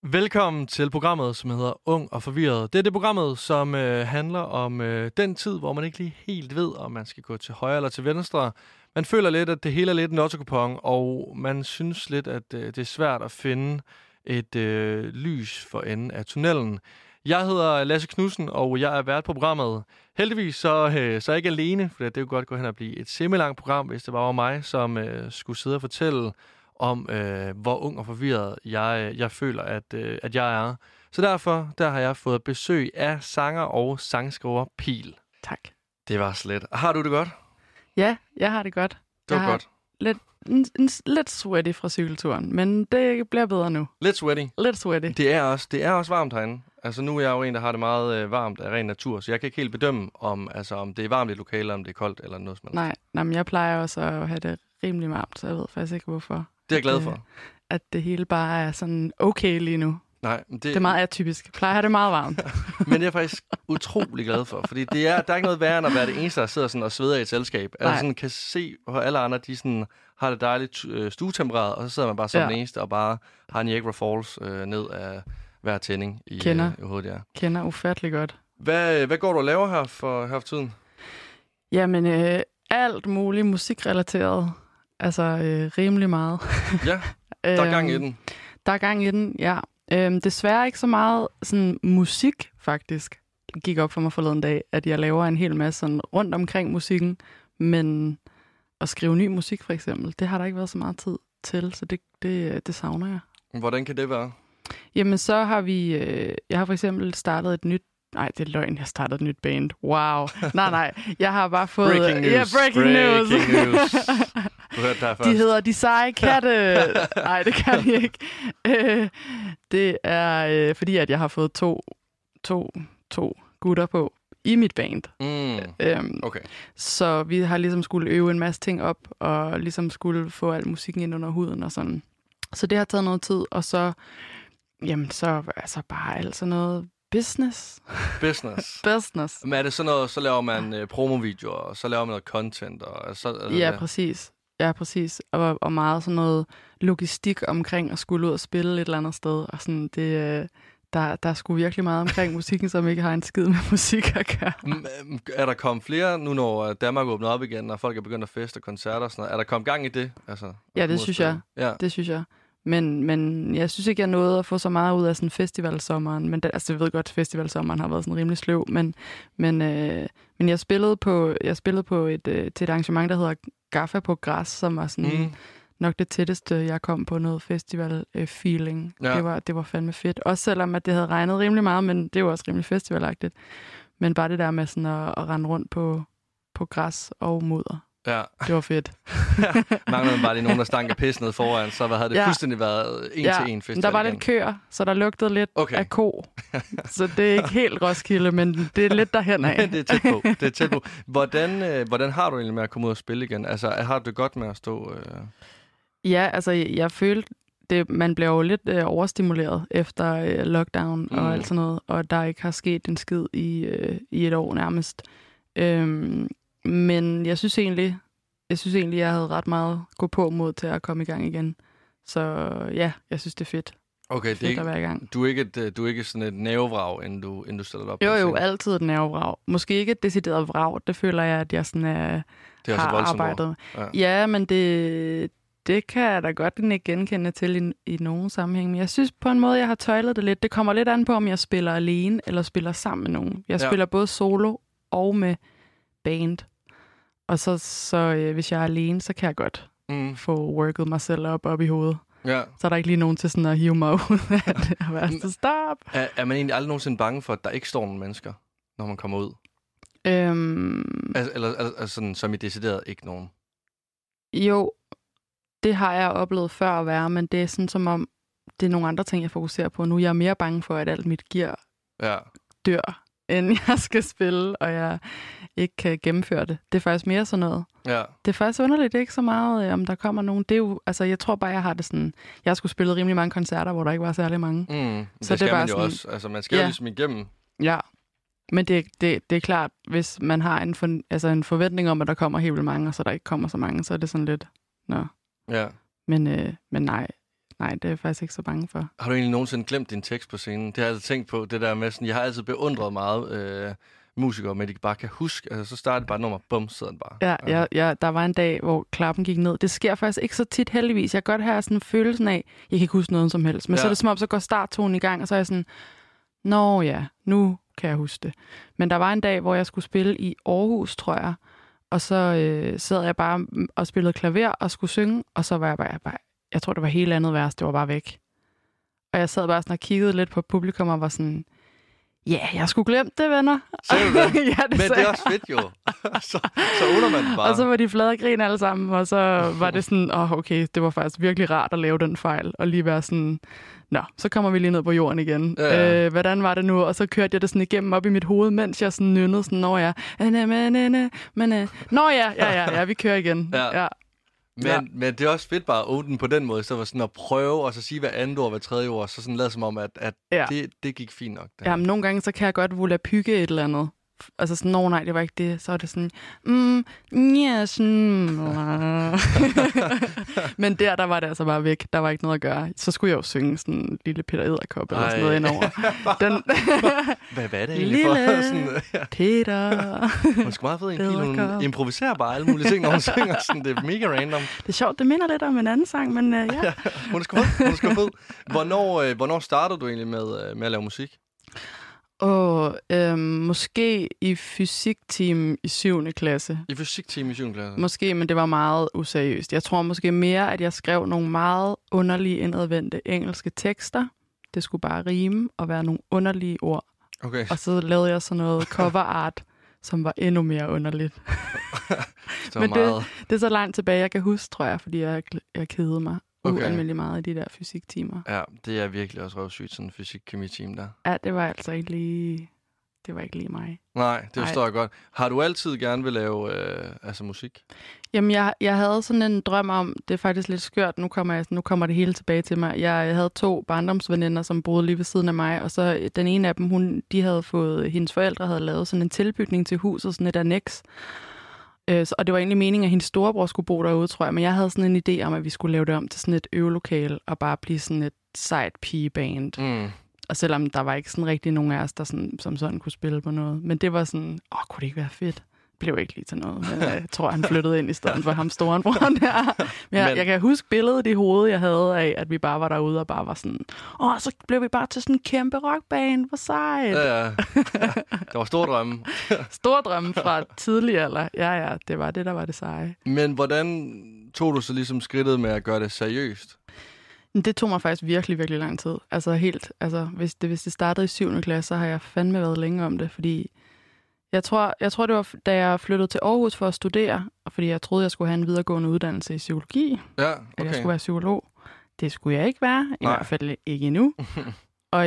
Velkommen til programmet, som hedder Ung og Forvirret. Det er det programmet, som handler om den tid, hvor man ikke lige helt ved, om man skal gå til højre eller til venstre. Man føler lidt, at det hele er lidt en lotto-kupon, og man synes lidt, at det er svært at finde et lys for enden af tunnelen. Jeg hedder Lasse Knudsen, og jeg er vært på programmet. Heldigvis så er jeg ikke alene, for det kunne godt gå hen og blive et semi-langt program, hvis det var mig, som skulle sidde og fortælle om, hvor ung og forvirret jeg føler, at jeg er. Så derfor har jeg fået besøg af sanger og sangskriver Pil. Tak. Det var slet. Har du det godt? Ja, jeg har det godt. Det var godt. Lidt sweaty fra cykelturen, men det bliver bedre nu. Lidt sweaty? Lidt sweaty. Det er også varmt herinde. Altså nu er jeg jo en, der har det meget varmt af ren natur, så jeg kan ikke helt bedømme, om det er varmt i lokalet, eller om det er koldt, eller noget som helst. Nej, men jeg plejer også at have det rimelig varmt, så jeg ved faktisk ikke, hvorfor. Det er jeg glad for. At det hele bare er sådan okay lige nu. Nej, det er meget atypisk. Jeg plejer at have det meget varmt. Men det er jeg faktisk utrolig glad for, fordi der er ikke noget værre, end at være det eneste, der sidder sådan og sveder i et selskab. Altså sådan kan se, hvor alle andre de sådan har det dejligt stuetempereret, og så sidder man bare som den eneste og bare har en Niagara Falls ned af hver tænding i hovedet. Ja. Kender ufattelig godt. Hvad går du og laver her for tiden? Jamen, alt muligt musikrelateret. Altså, rimelig meget. Ja, der er gang i den. Der er gang i den, ja. Desværre ikke så meget sådan musik, faktisk. Det gik op for mig forleden dag, at jeg laver en hel masse sådan rundt omkring musikken, men at skrive ny musik, for eksempel, det har der ikke været så meget tid til, så det savner jeg. Hvordan kan det være? Jamen, så har vi... jeg har for eksempel startet et nyt... Nej, det er løgn, jeg startede et nyt band. Wow. Nej, jeg har bare fået... Breaking news. Ja, breaking news. Du hørte der først. De hedder De Seje Katte. Nej, det kan de ikke. Det er fordi, at jeg har fået to gutter på i mit band. Okay. Så vi har ligesom skulle øve en masse ting op, og ligesom skulle få al musikken ind under huden og sådan. Så det har taget noget tid, og så... Jamen, så altså bare alt sådan noget business. Business. Men er det sådan noget, så laver man promovideoer, og så laver man noget content? Og så, Ja, præcis. Og meget sådan noget logistik omkring at skulle ud og spille et eller andet sted. Og sådan, der er sgu virkelig meget omkring musikken, som ikke har en skid med musik at gøre. Er der kommet flere, nu når Danmark åbner op igen, og folk er begyndt at feste og koncerter og sådan noget? Er der kommet gang i det? Altså, ja, det synes jeg. Ja. Det synes jeg. Men jeg synes ikke, jeg nåede at få så meget ud af sådan festivalsommeren. Men jeg ved godt, at festivalsommeren har været sådan rimelig sløv. Men jeg spillede på til et arrangement, der hedder Gaffa på Græs, som var sådan nok det tætteste, jeg kom på noget festival-feeling. Ja. Det var fandme fedt. Også selvom at det havde regnet rimelig meget, men det var også rimelig festivalagtigt. Men bare det der med sådan at rende rundt på græs og mudder. Ja. Det var fedt. Manglede bare lige nogen, der stank af pis ned foran, så havde det fuldstændig været en til en festival. Der var lidt køer, så der lugtede lidt af ko. Så det er ikke helt Roskilde, men det er lidt derhen af. Det er tæt på. Hvordan har du egentlig med at komme ud og spille igen? Altså, har du det godt med at stå... Ja, altså, jeg følte... Man bliver jo lidt overstimuleret efter lockdown og alt sådan noget, og der ikke har sket en skid i et år nærmest. Men jeg synes egentlig, jeg havde ret meget gå på mod til at komme i gang igen. Så ja, jeg synes, det er fedt. Okay, det er fedt at være i gang. Du er ikke sådan et nervevrag, inden du stiller op? Jo, altid et nervevrag. Måske ikke et decideret vrag. Det føler jeg, at jeg sådan har arbejdet. Ja, men det kan jeg da godt ikke genkende til i nogen sammenhæng. Men jeg synes på en måde, jeg har tøjlet det lidt. Det kommer lidt an på, om jeg spiller alene eller spiller sammen med nogen. Jeg spiller både solo og med band. Og så hvis jeg er alene, så kan jeg godt få worket mig selv op i hovedet. Ja. Så er der ikke lige nogen til sådan at hive mig ud af det og være så stop. Er man egentlig aldrig nogensinde bange for, at der ikke står nogen mennesker, når man kommer ud? Altså sådan, som i decideret ikke nogen? Jo, det har jeg oplevet før at være, men det er sådan som om, det er nogle andre ting, jeg fokuserer på nu. Jeg er mere bange for, at alt mit gear dør, end jeg skal spille, og jeg ikke kan gennemføre det. Det er faktisk mere sådan noget. Ja. Det er faktisk underligt, det er ikke så meget, om der kommer nogen. Det er jo, altså, jeg tror bare, jeg har det sådan... Jeg har sgu spillet rimelig mange koncerter, hvor der ikke var særlig mange. Så det skal man jo sådan, også. Altså, man skal jo ligesom igennem. Ja, men det er klart, hvis man har en forventning om, at der kommer helt vildt mange, og så der ikke kommer så mange, så er det sådan lidt... Nå. Ja. Men nej, Nej, det er jeg faktisk ikke så bange for. Har du egentlig nogensinde glemt din tekst på scenen? Det har jeg altid tænkt på, det der med sådan, jeg har altid beundret meget musikere, men de bare kan huske, altså så starter bare et nummer, bum, sidder den bare. Ja, der var en dag, hvor klappen gik ned. Det sker faktisk ikke så tit heldigvis. Jeg kan godt have sådan en følelse af, jeg kan ikke huske noget som helst, men så er det som om, så går starttonen i gang, og så er jeg sådan, nå ja, nu kan jeg huske det. Men der var en dag, hvor jeg skulle spille i Aarhus, tror jeg, og så sad jeg bare og spillede klaver og skulle synge, og så var jeg bare jeg tror, det var helt andet vers, det var bare væk. Og jeg sad bare sådan og kiggede lidt på publikum og var sådan, ja, jeg skulle glemt det, venner. Sagde du det? Ja, men det er også fedt jo. så under man bare. Og så var de flade og grin alle sammen, og så var det sådan, okay, det var faktisk virkelig rart at lave den fejl, og lige være sådan, nå, så kommer vi lige ned på jorden igen. Ja. Hvordan var det nu? Og så kørte jeg det sådan igennem op i mit hoved, mens jeg sådan nynnede sådan, nå ja, vi kører igen. Ja. Men det er også fedt bare at åbne den på den måde, så var sådan at prøve, og så sige hver andet ord, hver tredje ord, så sådan lade som om, at det gik fint nok. Ja, men nogle gange, så kan jeg godt volapykke et eller andet. Altså sådan, nej, det var ikke det. Så er det sådan, men der var det altså bare væk. Der var ikke noget at gøre. Så skulle jeg jo synge sådan en lille Peter Edderkop eller sådan noget indover. Hvad er det egentlig for? Lille Peter. Hun er sgu meget fed i en pil. Hun improviserer bare alle mulige ting, når hun synger. Sådan, det er mega random. Det er sjovt, det minder lidt om en anden sang, men ja. Hun er sgu fed. Hvornår startede du egentlig med at lave musik? Måske i fysikteam i 7. klasse. I fysikteam i 7. klasse? Måske, men det var meget useriøst. Jeg tror måske mere, at jeg skrev nogle meget underlige, indadvendte engelske tekster. Det skulle bare rime og være nogle underlige ord. Okay. Og så lavede jeg sådan noget cover art, som var endnu mere underligt. Men det er så langt tilbage, jeg kan huske, tror jeg, fordi jeg kedede mig. Ualmindelig meget i de der fysiktimer. Ja, det er virkelig også røvsygt, sådan en fysik-kemi-team der. Ja, det var altså ikke lige... Det var ikke lige mig. Nej, det forstår jeg godt. Har du altid gerne vil lave musik? Jamen, jeg havde sådan en drøm om, det er faktisk lidt skørt, nu kommer det hele tilbage til mig. Jeg havde 2 barndomsveninder, som boede lige ved siden af mig, og så den ene af dem, hendes forældre havde lavet sådan en tilbygning til huset, sådan et anneks. Og det var egentlig meningen, at hendes storebror skulle bo derude, tror jeg. Men jeg havde sådan en idé om, at vi skulle lave det om til sådan et øvelokale og bare blive sådan et sejt pigeband. Og selvom der var ikke sådan rigtig nogen af os, der som sådan kunne spille på noget. Men det var sådan, kunne det ikke være fedt? Blev ikke lige til noget. Men jeg tror, han flyttede ind i stedet for ham storebroren der. Men jeg kan huske billedet i hovedet, jeg havde af, at vi bare var derude og bare var sådan, så blev vi bare til sådan en kæmpe rockband. Hvor sejt. Ja. Det var store drømme. Store drømme fra tidlig alder. Ja, det var det, der var det seje. Men hvordan tog du så ligesom skridtet med at gøre det seriøst? Det tog mig faktisk virkelig, virkelig lang tid. Hvis det startede i 7. klasse, så har jeg fandme været længe om det, fordi jeg tror, det var, da jeg flyttede til Aarhus for at studere, og fordi jeg troede, jeg skulle have en videregående uddannelse i psykologi. Ja, okay. At jeg skulle være psykolog. Det skulle jeg ikke være, i hvert fald ikke endnu. Og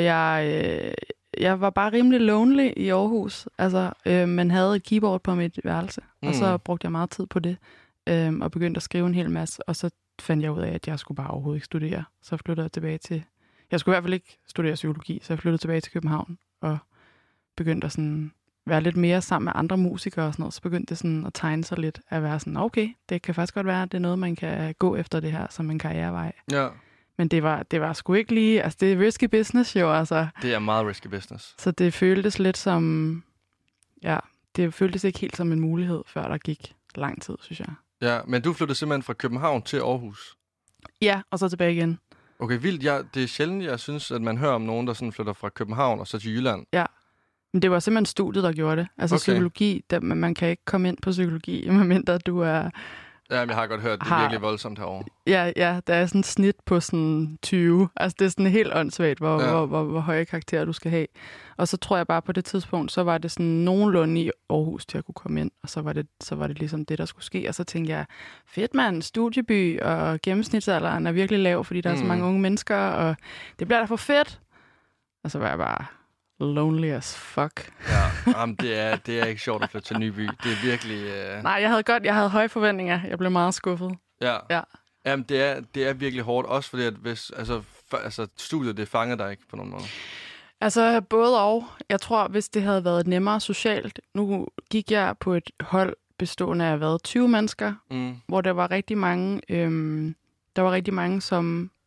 jeg var bare rimelig lonely i Aarhus. Man havde et keyboard på mit værelse, og så brugte jeg meget tid på det, og begyndte at skrive en hel masse, og så fandt jeg ud af, at jeg skulle bare overhovedet ikke studere. Så flyttede jeg tilbage til... Jeg skulle i hvert fald ikke studere psykologi, så jeg flyttede tilbage til København, og begyndte at sådan være lidt mere sammen med andre musikere og sådan noget. Så begyndte det sådan at tegne sig lidt at være sådan, okay, det kan faktisk godt være, at det er noget, man kan gå efter det her som en karrierevej. Ja. Men det var sgu ikke lige... Altså, det er risky business jo, altså. Det er meget risky business. Så det føltes lidt som... Ja, det føltes ikke helt som en mulighed, før der gik lang tid, synes jeg. Ja, men du flyttede simpelthen fra København til Aarhus? Ja, og så tilbage igen. Okay, vildt. Det er sjældent, jeg synes, at man hører om nogen, der sådan flytter fra København og så til Jylland. Ja, men det var simpelthen studiet, der gjorde det. Altså psykologi, man kan ikke komme ind på psykologi, medmindre du er... Ja, jeg har godt hørt, det er virkelig voldsomt herovre. Ja, der er sådan et snit på sådan 20. Altså det er sådan helt åndssvagt, hvor høje karakterer du skal have. Og så tror jeg bare på det tidspunkt, så var det sådan nogenlunde i Aarhus til at kunne komme ind. Og så var det ligesom det, der skulle ske. Og så tænkte jeg, fedt mand, studieby, og gennemsnitsalderen er virkelig lav, fordi der er så mange unge mennesker, og det bliver da for fedt. Og så var jeg bare... lonely as fuck. Ja, det er ikke sjovt at flytte til Nyby. Det er virkelig... Nej, jeg havde høje forventninger. Jeg blev meget skuffet. Ja. Jamen, det er virkelig hårdt, også fordi, at hvis, studiet, det fanger dig ikke på nogen måde. Altså, både og. Jeg tror, hvis det havde været nemmere socialt... Nu gik jeg på et hold bestående af 20 mennesker, hvor der var rigtig mange... som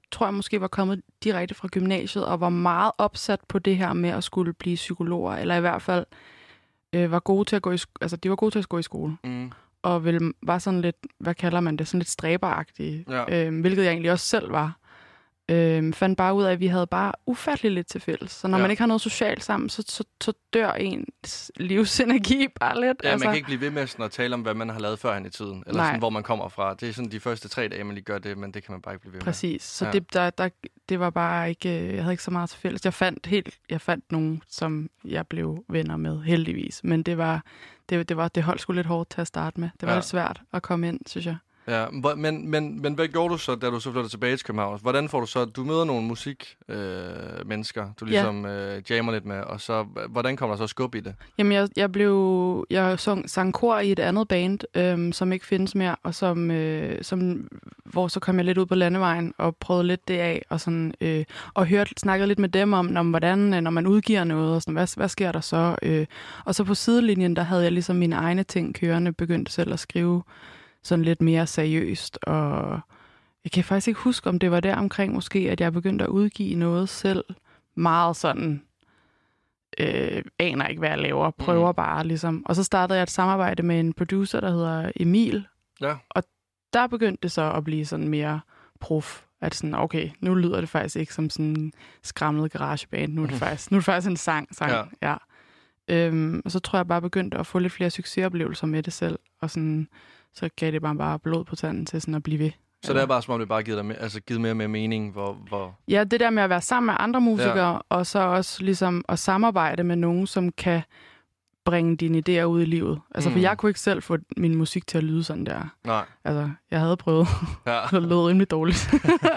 tror jeg måske var kommet direkte fra gymnasiet, og var meget opsat på det her med at skulle blive psykologer, eller i hvert fald var gode til at gå de var gode til at gå i skole. Og var sådan lidt, hvad kalder man det, sådan lidt stræberagtige, hvilket jeg egentlig også selv var. Fandt bare ud af, at vi havde bare ufatteligt lidt til fælles. Så når man ikke har noget socialt sammen, så dør ens livsenergi bare lidt. Ja, man kan ikke blive ved med sådan at tale om, hvad man har lavet førhen i tiden. Eller sådan, hvor man kommer fra. Det er sådan de første 3 dage, man lige gør det, men det kan man bare ikke blive ved med. Præcis. Så det var bare ikke... Jeg havde ikke så meget til fælles. Jeg fandt nogen, som jeg blev venner med, heldigvis. Men det holdt sgu lidt hårdt til at starte med. Det var lidt svært at komme ind, synes jeg. Ja, men hvad gjorde du så, da du så flyttede tilbage til København? Hvordan får du så... Du møder nogle mennesker, du ligesom jammer lidt med, og så... Hvordan kommer der så skub i det? Jamen, jeg sang kor i et andet band, som ikke findes mere, og hvor så kom jeg lidt ud på landevejen og prøvede lidt det af, og sådan og snakkede lidt med dem om hvordan, når man udgiver noget, og sådan, hvad sker der så? Og så på sidelinjen, der havde jeg ligesom mine egne ting kørende, begyndte selv at skrive sådan lidt mere seriøst, og jeg kan faktisk ikke huske, om det var der omkring måske, at jeg begyndte at udgive noget selv, meget sådan, aner ikke, hvad jeg laver, prøver bare ligesom. Og så startede jeg et samarbejde med en producer, der hedder Emil, og der begyndte det så at blive sådan mere prof, at sådan, okay, nu lyder det faktisk ikke som sådan en skramlet garageband, nu er det faktisk en sang. Ja. Og så tror jeg bare begyndte at få lidt flere succesoplevelser med det selv, og sådan... Så gav det bare blod på tanden til sådan at blive ved. Så det er bare som om det bare givet mere med mening, hvor... Ja, det der med at være sammen med andre musikere, og så også ligesom at samarbejde med nogen, som kan bringe dine idéer ud i livet. Altså, for jeg kunne ikke selv få min musik til at lyde sådan der. Nej. Altså, jeg havde prøvet. Det lød rimelig dårligt.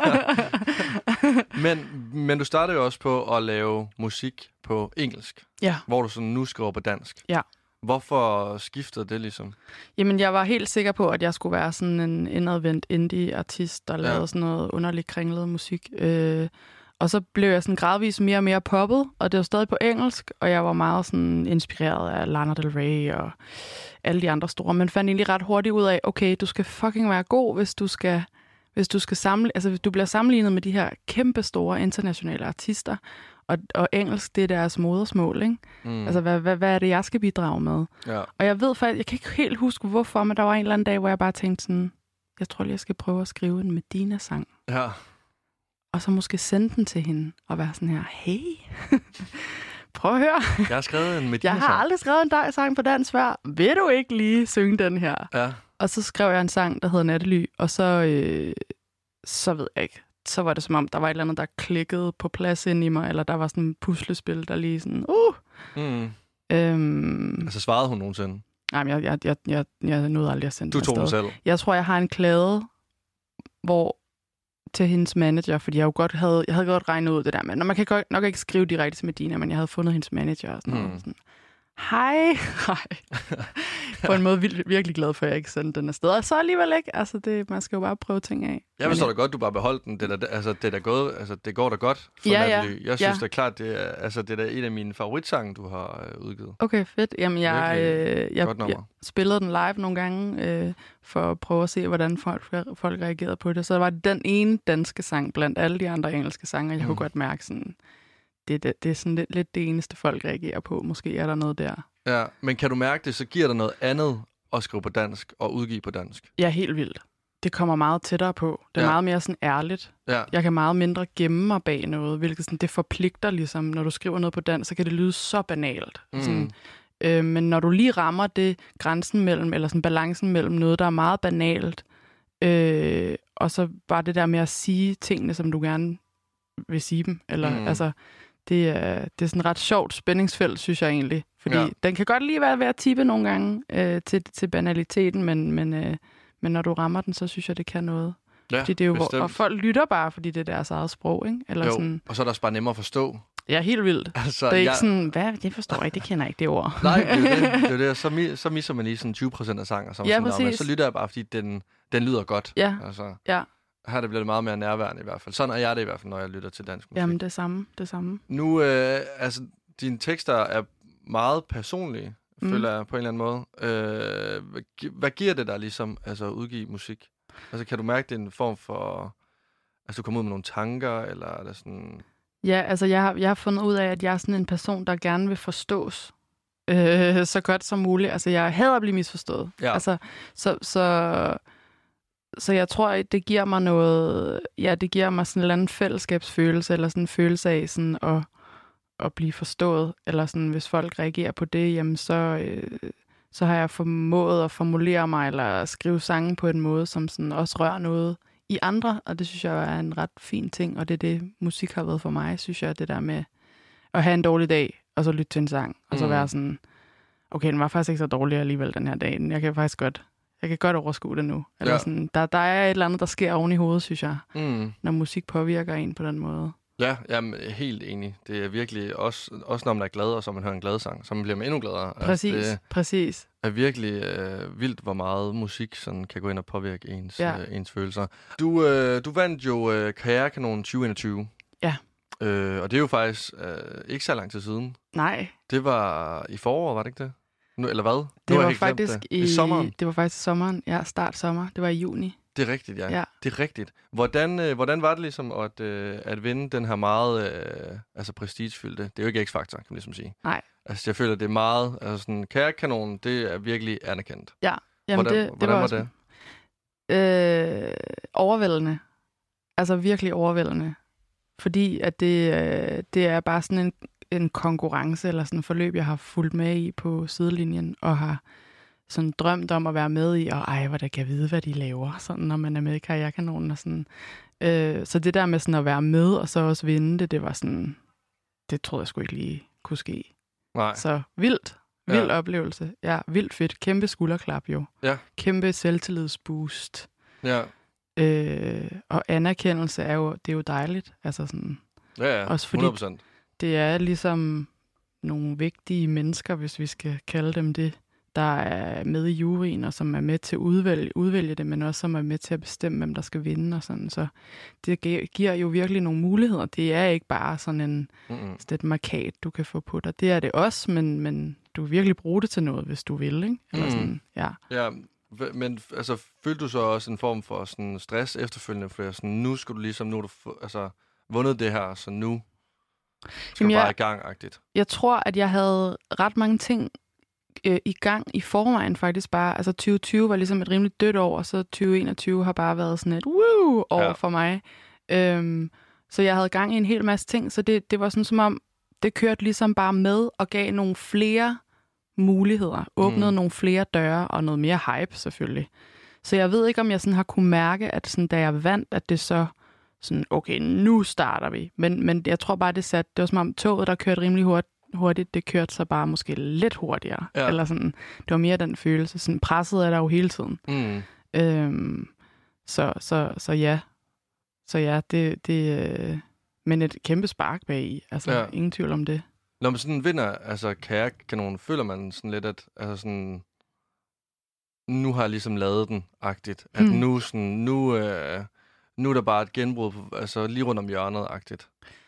men du startede jo også på at lave musik på engelsk. Ja. Hvor du sådan nu skriver på dansk. Ja. Hvorfor skiftede det ligesom? Jamen, jeg var helt sikker på, at jeg skulle være sådan en indadvendt indie-artist, der lavede sådan noget underligt kringlet musik. Og så blev jeg sådan gradvist mere og mere poppet, og det var stadig på engelsk, og jeg var meget sådan inspireret af Lana Del Rey og alle de andre store, men fandt egentlig ret hurtigt ud af, okay, du skal fucking være god, hvis du skal hvis du bliver sammenlignet med de her kæmpe store internationale artister, og engelsk, det er deres modersmål, ikke? Altså, hvad er det, jeg skal bidrage med? Ja. Og jeg ved faktisk, jeg kan ikke helt huske, hvorfor, men der var en eller anden dag, hvor jeg bare tænkte sådan, jeg tror lige, jeg skal prøve at skrive en Medina-sang. Ja. Og så måske sende den til hende, og være sådan her, hey, prøv at høre. Jeg har skrevet en Medina-sang. Jeg har aldrig skrevet en sang på dansk før. Vil du ikke lige synge den her? Ja. Og så skrev jeg en sang, der hedder Nattely, og så ved jeg ikke. Så var det som om, der var et eller andet, der klikkede på plads ind i mig, eller der var sådan et puslespil, der lige sådan, Altså svarede hun nogensinde? Nej, men jeg nåede aldrig at sende den. Du tog den selv? Jeg tror, jeg har en klade, hvor til hendes manager, fordi jeg havde godt regnet ud det der med, man kan nok ikke skrive direkte til Medina, men jeg havde fundet hendes manager og sådan noget. Sådan, hej. På en måde virkelig glad for, at jeg ikke sendte den afsted. Og så alligevel ikke. Altså, man skal jo bare prøve ting af. Jeg forstår da godt, du bare beholdt den. Det går da godt for Nattely. Jeg synes da klart, det er da en af mine favoritsange, du har udgivet. Okay, fedt. Jamen, jeg spillede den live nogle gange, for at prøve at se, hvordan folk reagerede på det. Så var det den ene danske sang blandt alle de andre engelske sange, jeg kunne godt mærke sådan... Det er sådan lidt det eneste, folk reagerer på. Måske er der noget der. Ja, men kan du mærke det, så giver der noget andet at skrive på dansk og udgive på dansk? Ja, helt vildt. Det kommer meget tættere på. Det er meget mere sådan ærligt. Ja. Jeg kan meget mindre gemme mig bag noget, hvilket sådan, det forpligter ligesom. Når du skriver noget på dansk, så kan det lyde så banalt. Sådan, men når du lige rammer det grænsen mellem, eller sådan balancen mellem noget, der er meget banalt, og så bare det der med at sige tingene, som du gerne vil sige dem. Eller altså... Det er sådan et ret sjovt spændingsfelt, synes jeg egentlig. Fordi den kan godt lige være ved at tippe nogle gange til banaliteten, men når du rammer den, så synes jeg, det kan noget. Ja, fordi det er jo, og folk lytter bare, fordi det er deres eget sprog, ikke? Eller jo, sådan, og så er det også bare nemmere at forstå. Ja, helt vildt. Altså, det er ikke sådan, hvad? Det forstår jeg ikke, det kender jeg ikke, det ord. Nej, det er det. Så misser man lige sådan 20% af sang, og så, men så lytter jeg bare, fordi den lyder godt. Ja, altså. Ja. Her det bliver det meget mere nærværende i hvert fald. Sådan er jeg det i hvert fald, når jeg lytter til dansk musik. Jamen, det samme. Nu, dine tekster er meget personlige, føler jeg på en eller anden måde. Hvad giver det dig ligesom, altså at udgive musik? Altså, kan du mærke, det er en form for Altså, du kommer ud med nogle tanker, eller er det sådan... Ja, altså jeg har fundet ud af, at jeg er sådan en person, der gerne vil forstås så godt som muligt. Altså, jeg hader at blive misforstået. Ja. Altså, så jeg tror, at det giver mig noget... Ja, det giver mig sådan en eller anden fællesskabsfølelse, eller sådan en følelse af sådan at blive forstået. Eller sådan, hvis folk reagerer på det, jamen så har jeg formået at formulere mig, eller skrive sange på en måde, som sådan også rører noget i andre, og det synes jeg er en ret fin ting, og det er det, musik har været for mig, synes jeg, det der med at have en dårlig dag, og så lytte til en sang, og så være sådan, okay, den var faktisk ikke så dårlig alligevel den her dag, jeg kan godt overskue det nu. Eller sådan, der er et eller andet, der sker oven i hovedet, synes jeg, når musik påvirker en på den måde. Ja, jeg er helt enig. Det er virkelig også når man er glad, og så man hører en glad sang, så man bliver man endnu gladere. Præcis, altså, præcis. Det er virkelig vildt, hvor meget musik sådan kan gå ind og påvirke ens følelser. Du vandt jo Karrierekanonen 2021. Ja. Og det er jo faktisk ikke så lang tid siden. Nej. Det var i foråret, var det ikke det? Nu, eller hvad? Det var faktisk i sommeren. Det var faktisk i sommeren. Ja, start sommer. Det var i juni. Det er rigtigt, ja. Det er rigtigt. Hvordan var det ligesom at vinde den her meget prestigefyldte? Det er jo ikke X-Factor, kan man ligesom sige. Nej. Altså, jeg føler, det er meget... Altså, sådan, Karrierekanonen, det er virkelig anerkendt. Ja. Jamen, hvordan var det? Overvældende. Altså, virkelig overvældende. Fordi at det er bare sådan en konkurrence, eller sådan et forløb, jeg har fulgt med i på sidelinjen, og har sådan drømt om at være med i, og hvordan kan jeg vide, hvad de laver, sådan, når man er med i Karrierekanonen. Og sådan. Så det der med sådan at være med, og så også vinde det var sådan, det troede jeg sgu ikke lige kunne ske. Nej. Så vild oplevelse. Ja, vildt fedt. Kæmpe skulderklap jo. Ja. Kæmpe selvtillidsboost. Ja. Og anerkendelse det er jo dejligt. Altså sådan, ja, 100%. Også fordi det er ligesom nogle vigtige mennesker, hvis vi skal kalde dem det, der er med i juryen, og som er med til at udvælge det, men også som er med til at bestemme, hvem der skal vinde og sådan. Så det giver jo virkelig nogle muligheder. Det er ikke bare sådan et markat, du kan få på dig. Det er det også, men du kan virkelig bruge det til noget, hvis du vil, ikke? Eller sådan, ja. Ja, men altså, følte du så også en form for sådan stress efterfølgende, for sådan, nu skal du ligesom, nu du vundet det her, så nu skal du bare i gang-agtigt? Jeg tror, at jeg havde ret mange ting i gang i forvejen faktisk bare. Altså 2020 var ligesom et rimelig dødt år, og så 2021 har bare været sådan et år for mig. Så jeg havde gang i en hel masse ting, så det var sådan som om, det kørte ligesom bare med og gav nogle flere muligheder, åbnede nogle flere døre og noget mere hype selvfølgelig. Så jeg ved ikke, om jeg sådan har kunne mærke, at sådan, da jeg vandt, at det så sådan, okay, nu starter vi. Men jeg tror bare, det var som om toget, der kørte rimelig hurtigt, det kørte så bare måske lidt hurtigere. Ja. Eller sådan, det var mere den følelse. Sådan, presset er der jo hele tiden. Så ja. Så ja, det men et kæmpe spark bagi. Altså, ingen tvivl om det. Når man sådan vinder, altså Karrierekanonen, føler man sådan lidt, at altså sådan, nu har jeg ligesom lavet den-agtigt. At nu er der bare et genbrud, altså lige rundt om hjørnet-agtigt.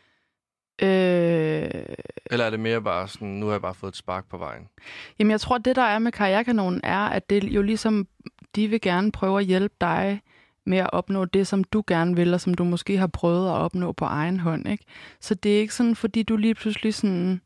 Eller er det mere bare sådan, nu har jeg bare fået et spark på vejen? Jamen, jeg tror, det der er med Karrierekanonen er, at det jo ligesom, de vil gerne prøve at hjælpe dig med at opnå det, som du gerne vil, og som du måske har prøvet at opnå på egen hånd, ikke? Så det er ikke sådan, fordi du lige pludselig sådan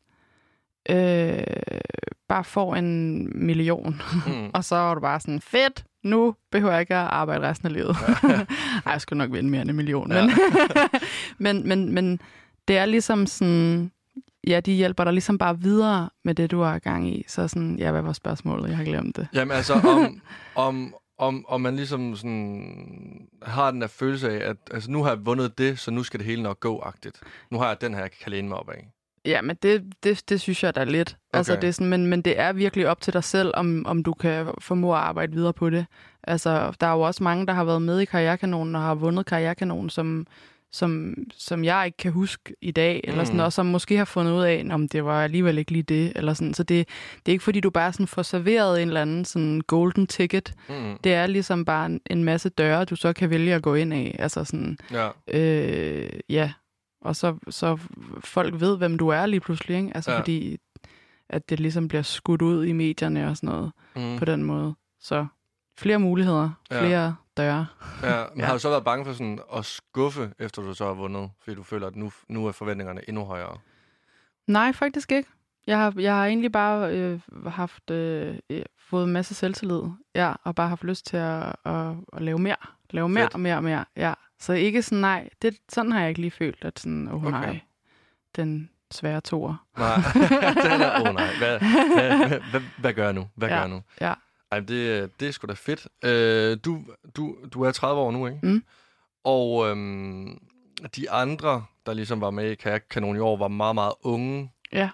bare får 1 million, og så er du bare sådan, fedt, nu behøver jeg ikke at arbejde resten af livet. Ej, jeg skulle nok vinde mere end 1 million. Ja. Men det er ligesom sådan, ja, de hjælper dig ligesom bare videre med det, du har gang i. Så sådan, ja, hvad var spørgsmålet? Jeg har glemt det. Jamen altså, om man ligesom sådan har den der følelse af, at altså, nu har jeg vundet det, så nu skal det hele nok gå-agtigt. Nu har jeg den her, jeg kan læne mig op af. Ja, men det synes jeg da lidt. Okay. Altså, det er sådan, men det er virkelig op til dig selv, om du kan formå at arbejde videre på det. Altså, der er jo også mange, der har været med i Karrierekanonen og har vundet Karrierekanonen, som jeg ikke kan huske i dag, eller sådan, og som måske har fundet ud af, om det var alligevel ikke lige det, eller sådan. Så det er ikke, fordi du bare sådan får serveret en eller anden sådan golden ticket. Det er ligesom bare en masse døre, du så kan vælge at gå ind af. Altså sådan, ja. Og så folk ved, hvem du er lige pludselig, ikke? Altså fordi, at det ligesom bliver skudt ud i medierne og sådan noget på den måde. Så flere muligheder, flere døre. Ja, men har du så været bange for sådan at skuffe, efter du så har vundet? Fordi du føler, at nu er forventningerne endnu højere. Nej, faktisk ikke. Jeg har egentlig bare fået en masse selvtillid, og bare haft lyst til at lave mere. Lave mere og mere og mere, ja. Så ikke sådan, nej, sådan har jeg ikke lige følt, at sådan, nej, den svære toer. Nej, nej, hvad gør jeg nu? Hvad gør jeg nu? Ja. Ej, det er sgu da fedt. Du er 30 år nu, ikke? Mm. Og de andre, der ligesom var med i Kajak Kanon i år, var meget, meget unge. Ja.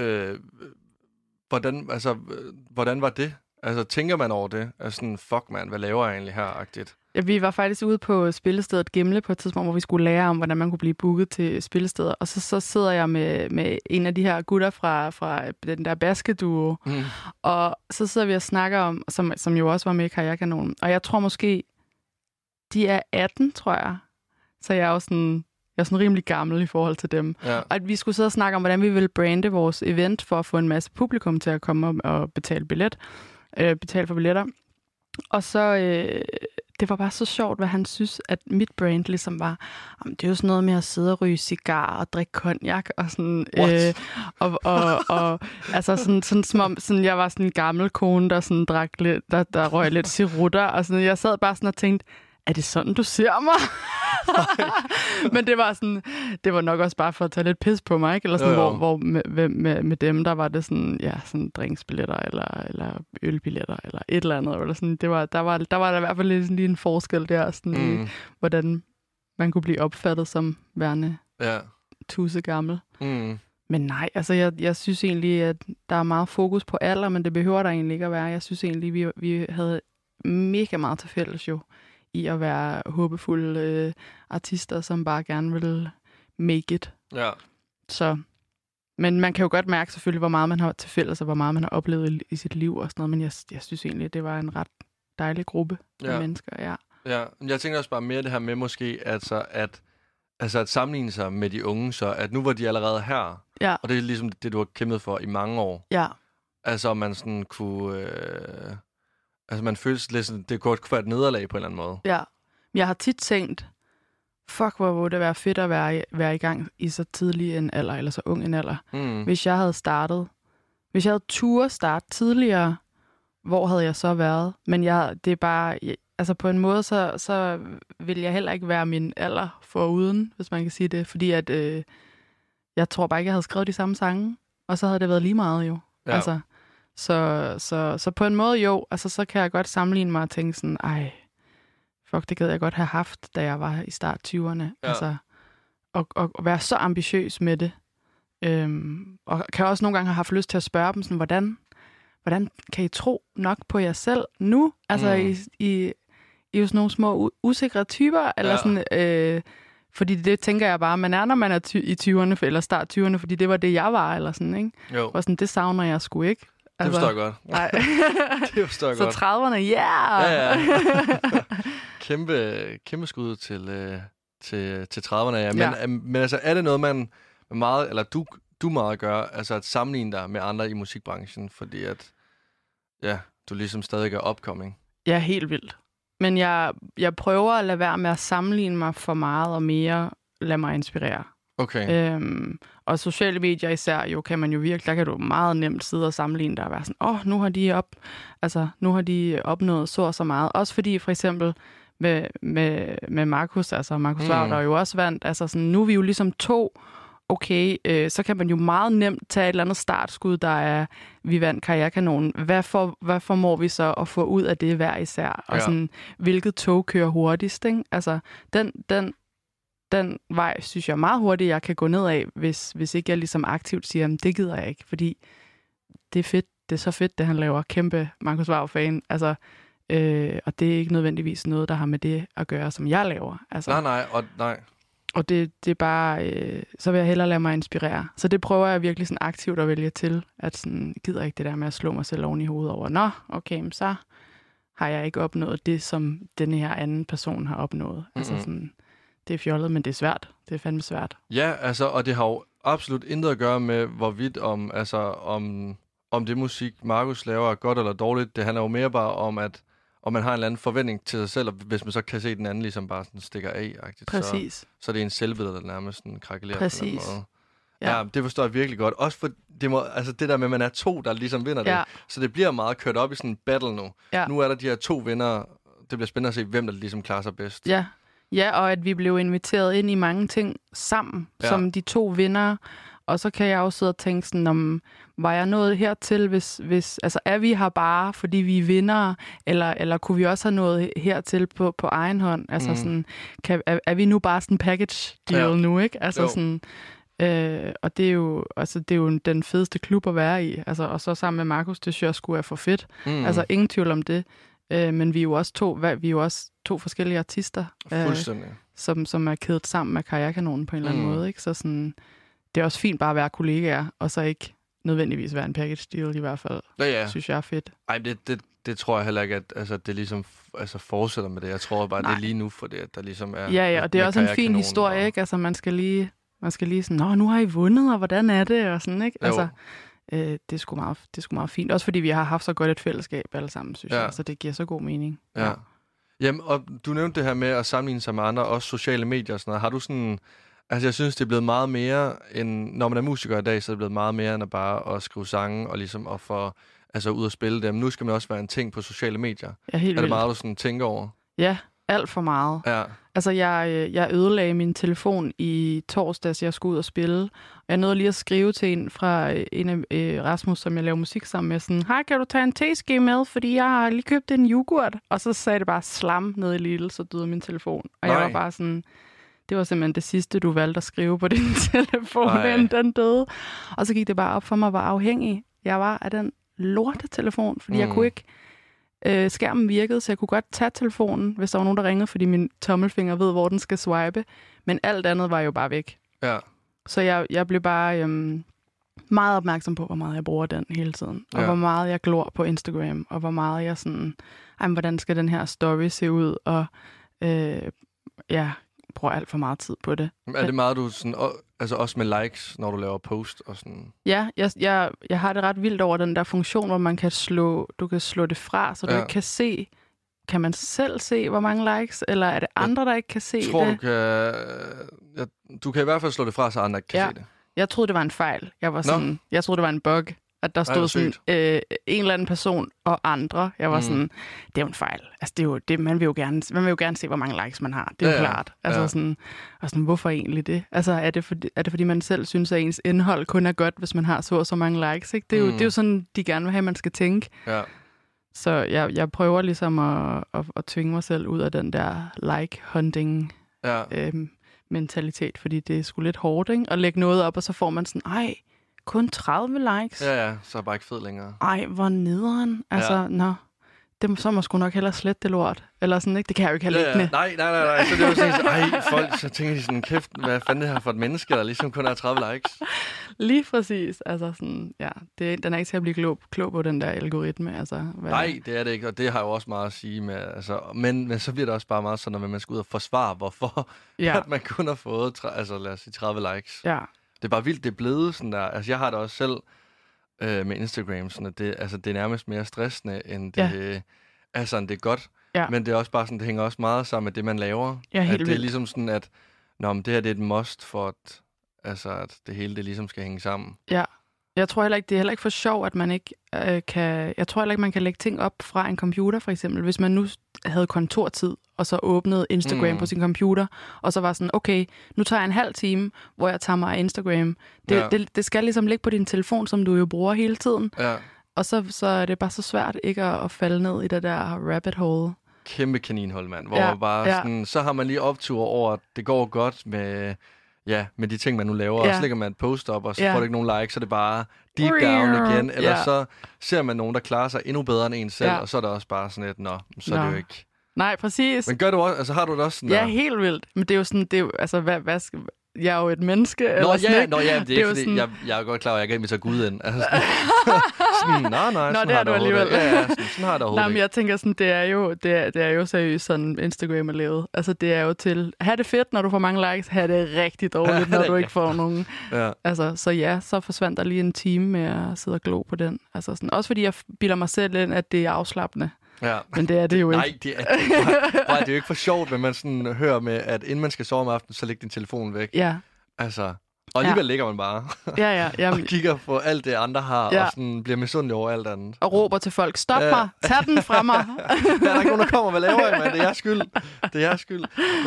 Hvordan var det? Altså, tænker man over det? Altså sådan, fuck man, hvad laver jeg egentlig her-agtigt? Ja, vi var faktisk ude på spillestedet Gimle på et tidspunkt, hvor vi skulle lære om, hvordan man kunne blive booket til spillesteder. Og så sidder jeg med en af de her gutter fra den der baskeduo. Mm. Og så sidder vi og snakker om, som jo også var med i Kajak Kanon. Og jeg tror måske, de er 18, tror jeg. Så jeg er jo sådan rimelig gammel i forhold til dem. Ja. Og at vi skulle sidde og snakke om, hvordan vi ville brande vores event for at få en masse publikum til at komme og betale for billetter. Og så, det var bare så sjovt, hvad han synes, at mit brand ligesom var, det er jo sådan noget med at sidde og ryge cigar og drikke cognac, og sådan, og altså sådan som om sådan, jeg var sådan en gammel kone, der sådan drak lidt, der røg lidt cirutter, og sådan, jeg sad bare sådan og tænkte, er det sådan, du ser mig? Men det var nok også bare for at tage lidt pis på mig, ikke? Eller sådan, hvor med dem, der var det sådan, sådan drinksbilletter, eller ølbilletter, eller et eller andet. Eller sådan, der var der i hvert fald lige en forskel der, sådan, hvordan man kunne blive opfattet som værende tusse gammel. Mm. Men nej, altså jeg synes egentlig, at der er meget fokus på alder, men det behøver der egentlig ikke at være. Jeg synes egentlig, vi havde mega meget til fælles jo, i at være håbefulde artister, som bare gerne vil make it. Ja. Så, men man kan jo godt mærke selvfølgelig, hvor meget man har til fælles, og hvor meget man har oplevet i sit liv og sådan noget, men jeg synes egentlig, at det var en ret dejlig gruppe af mennesker, Ja, jeg tænker også bare mere det her med måske, at sammenligne sig med de unge, så at nu var de allerede her, og det er ligesom det, du har kæmpet for i mange år. Ja. Altså, man sådan kunne... man føles lidt sådan, det godt kunne være et nederlag på en eller anden måde. Ja, jeg har tit tænkt, fuck, hvor ville det være fedt at være i gang i så tidlig en alder, eller så ung en alder. Mm. Hvis jeg havde turde starte tidligere, hvor havde jeg så været? Men det er bare, altså på en måde, så vil jeg heller ikke være min alder foruden, hvis man kan sige det. Fordi at, jeg tror bare ikke, jeg havde skrevet de samme sange, og så havde det været lige meget jo. Ja. Altså, så på en måde jo, altså så kan jeg godt sammenligne mig og tænke sådan, fuck, det gad jeg godt have haft, da jeg var i start 20'erne. Ja. Altså, og være så ambitiøs med det. Og kan også nogle gange have haft lyst til at spørge dem sådan, hvordan kan I tro nok på jer selv nu? Altså I er jo sådan nogle små usikre typer, eller sådan... fordi det tænker jeg bare, man er, når man er i 20'erne, eller start 20'erne, fordi det var det, jeg var, eller sådan, ikke? Jo. Og sådan, det savner jeg sgu ikke. Altså, det forstår jeg godt. Nej. Det forstår jeg godt. Så 30'erne, ja! Kæmpe skud til 30'erne, ja. Men altså, er det noget, man meget, eller du meget gør, altså at sammenligne dig med andre i musikbranchen, fordi at, du ligesom stadig er upcoming? Ja, helt vildt. Men jeg prøver at lade være med at sammenligne mig for meget og mere lade mig inspirere. Okay. Og sociale medier især, jo kan man jo virkelig, der kan du meget nemt sidde og sammenligne dig og være sådan, nu har de opnået så og så meget. Også fordi for eksempel med Markus, altså Markus Wav, der jo også vandt, altså sådan, nu er vi jo ligesom to, så kan man jo meget nemt tage et eller andet startskud, der er, vi vandt Kajak Kanon. Hvad formår vi så at få ud af det hver især? Og sådan, hvilket tog kører hurtigst, ikke? Altså, den vej, synes jeg er meget hurtigt, jeg kan gå ned af, hvis ikke jeg ligesom aktivt siger, det gider jeg ikke, fordi det er fedt, det er så fedt, det han laver. Kæmpe Markus Wav-fan. Altså, og det er ikke nødvendigvis noget, der har med det at gøre, som jeg laver. Altså, nej. Og det er bare, så vil jeg hellere lade mig inspirere. Så det prøver jeg virkelig sådan aktivt at vælge til, at sådan, gider ikke det der med at slå mig selv oven i hovedet over, så har jeg ikke opnået det, som denne her anden person har opnået. Altså sådan, det er fjollet, men det er svært. Det er fandme svært. Ja, altså, og det har jo absolut intet at gøre med, hvorvidt om det musik, Markus laver, er godt eller dårligt. Det handler jo mere bare og man har en eller anden forventning til sig selv, og hvis man så kan se den anden ligesom bare sådan stikker af-agtigt, så er det en selvbillede, der nærmest sådan krakelerer på den måde. Ja, det forstår jeg virkelig godt. Også for det der med, at man er 2, der ligesom vinder det. Så det bliver meget kørt op i sådan en battle nu. Ja. Nu er der de her 2 vindere. Det bliver spændende at se, hvem der ligesom klarer sig bedst. Ja, og at vi blev inviteret ind i mange ting sammen, som de 2 vindere. Og så kan jeg også sidde og tænke sådan, om var jeg nået hertil, hvis altså er vi her bare, fordi vi er vindere, eller kunne vi også have nået hertil på egen hånd? Altså sådan, er vi nu bare sådan en package deal nu, ikke? Altså sådan... og det er jo den fedeste klub at være i. Altså, og så sammen med Markus, det synes jeg skulle være for fedt. Altså ingen tvivl om det. Men vi er jo også 2 forskellige artister, som er kædet sammen med Karrierekanonen på en eller anden måde. Ikke? Så sådan, det er også fint bare at være kollegaer, og så ikke nødvendigvis være en package deal i hvert fald. Synes jeg er fedt. Ej, det tror jeg heller ikke, at det ligesom fortsætter med det. Jeg tror bare, det er lige nu for det, at der ligesom er... Ja, og det er også en fin historie, ikke? Altså, man skal lige sådan, nu har I vundet, og hvordan er det? Og sådan, ikke? Altså, det er sgu meget fint. Også fordi vi har haft så godt et fællesskab alle sammen, synes jeg. Så det giver så god mening. Ja. Jamen, og du nævnte det her med at sammenligne sig med andre, også sociale medier og sådan noget. Har du sådan... Altså, jeg synes, det er blevet meget mere, end når man er musiker i dag, så er det blevet meget mere, end at bare at skrive sange og ligesom at få ud og spille dem. Nu skal man også være en ting på sociale medier. Ja, helt er det meget, du sådan tænker over? Ja, alt for meget. Ja. Altså, jeg ødelagde min telefon i torsdags, jeg skulle ud og spille. Og jeg nåede lige at skrive til en fra Rasmus, som jeg laver musik sammen med, sådan, hej, kan du tage en teske med, fordi jeg har lige købt en yoghurt. Og så sagde det bare slam ned i Lidl, så døde min telefon. Og jeg var bare sådan, det var simpelthen det sidste, du valgte at skrive på din telefon, inden den døde. Og så gik det bare op for mig, hvor afhængig jeg var af den lortetelefon, fordi jeg kunne ikke... skærmen virkede, så jeg kunne godt tage telefonen, hvis der var nogen, der ringede, fordi min tommelfinger ved, hvor den skal swipe. Men alt andet var jo bare væk. Ja. Så jeg blev bare meget opmærksom på, hvor meget jeg bruger den hele tiden. Og hvor meget jeg glor på Instagram. Og hvor meget jeg sådan, hvordan skal den her story se ud? Og bruger alt for meget tid på det. Er det meget, du sådan... Altså også med likes, når du laver post og sådan? Ja, jeg har det ret vildt over den der funktion, hvor man kan du kan slå det fra, så du ikke kan se... Kan man selv se, hvor mange likes, eller er det andre, der ikke kan se det? Du kan i hvert fald slå det fra, så andre ikke kan se det. Jeg troede, det var en fejl. Jeg troede, det var en bug, at der stod sådan en eller anden person og andre. Jeg var sådan, det er jo en fejl. Altså, det er jo det, man vil jo gerne se, hvor mange likes man har. Det er jo klart. Altså sådan, hvorfor egentlig det? Altså, er det fordi man selv synes, at ens indhold kun er godt, hvis man har så mange likes, ikke? Det er jo sådan, de gerne vil have, man skal tænke. Ja. Så jeg prøver ligesom at tvinge mig selv ud af den der like-hunting mentalitet, fordi det er sgu lidt hårdt, ikke? At lægge noget op, og så får man sådan, kun 30 likes. Ja, så er bare ikke fed længere. Ej, hvor nederen. Altså, så må sgu nok hellere slette det lort. Eller sådan, ikke? Det kan jeg jo ikke have liggende. Nej. Så det er jo sådan, folk, så tænker de sådan, kæft, hvad fanden det her for et menneske, der ligesom kun har 30 likes? Lige præcis. Altså sådan, den er ikke til at blive klog på, den der algoritme. Altså, nej, det er det ikke, og det har jo også meget at sige med, altså, men så bliver det også bare meget sådan, at man skal ud og forsvare, hvorfor at man kun har fået, lad os sige 30 likes. Ja. Det er bare vildt, det er blevet sådan der. Altså, jeg har det også selv med Instagram, sådan at det er nærmest mere stressende, end det, end det er godt. Ja. Men det er også bare sådan, det hænger også meget sammen med det, man laver. Ja, helt at det vildt. Er ligesom sådan, at men det her det er et must for, at det hele det ligesom skal hænge sammen. Ja. Jeg tror heller ikke, det er heller ikke for sjov, at man ikke kan... Jeg tror heller ikke, man kan lægge ting op fra en computer, for eksempel. Hvis man nu havde kontortid, og så åbnede Instagram på sin computer, og så var sådan, okay, nu tager jeg en halv time, hvor jeg tager mig af Instagram. Det skal ligesom ligge på din telefon, som du jo bruger hele tiden. Ja. Og så er det bare så svært ikke at falde ned i det der rabbit hole. Kæmpe kaninhul, mand. Hvor sådan, så har man lige optur over, at det går godt med de ting, man nu laver. Og så lægger man et post op, og så får det ikke nogen likes, så det er bare deep down igen. Eller så ser man nogen, der klarer sig endnu bedre end en selv, og så er det også bare sådan et, så er det jo ikke... Nej, præcis. Men gør du også, altså har du det også sådan der? Ja, helt vildt. Men det er jo sådan, altså, hvad skal... Jeg er jo et menneske. Det er fordi, sådan... jeg er godt klar over, at jeg kan invitere Gud ind. Altså, nej, det er du alligevel. Sådan har det overhovedet ikke. Jeg tænker sådan, det er jo seriøst sådan, Instagram er lavet. Altså, det er jo til, have det fedt, når du får mange likes, have det rigtig dårligt, når du ikke får nogen. Ja. Altså, så forsvandt der lige en time med at sidde og glo på den. Altså, sådan, også fordi jeg bilder mig selv ind, at det er afslappende. Ja. Men det er det jo ikke. Nej, det er jo ikke for sjovt, men man sådan hører med, at inden man skal sove om aftenen, så læg din telefon væk. Ja. Altså, og alligevel ligger man bare og kigger på alt det, andre har, og sådan bliver misundelig over alt andet. Og råber til folk, stop mig, tag den fra mig. Der er ikke nogen, der kommer, hvad laver I, mand? Det er jeres skyld.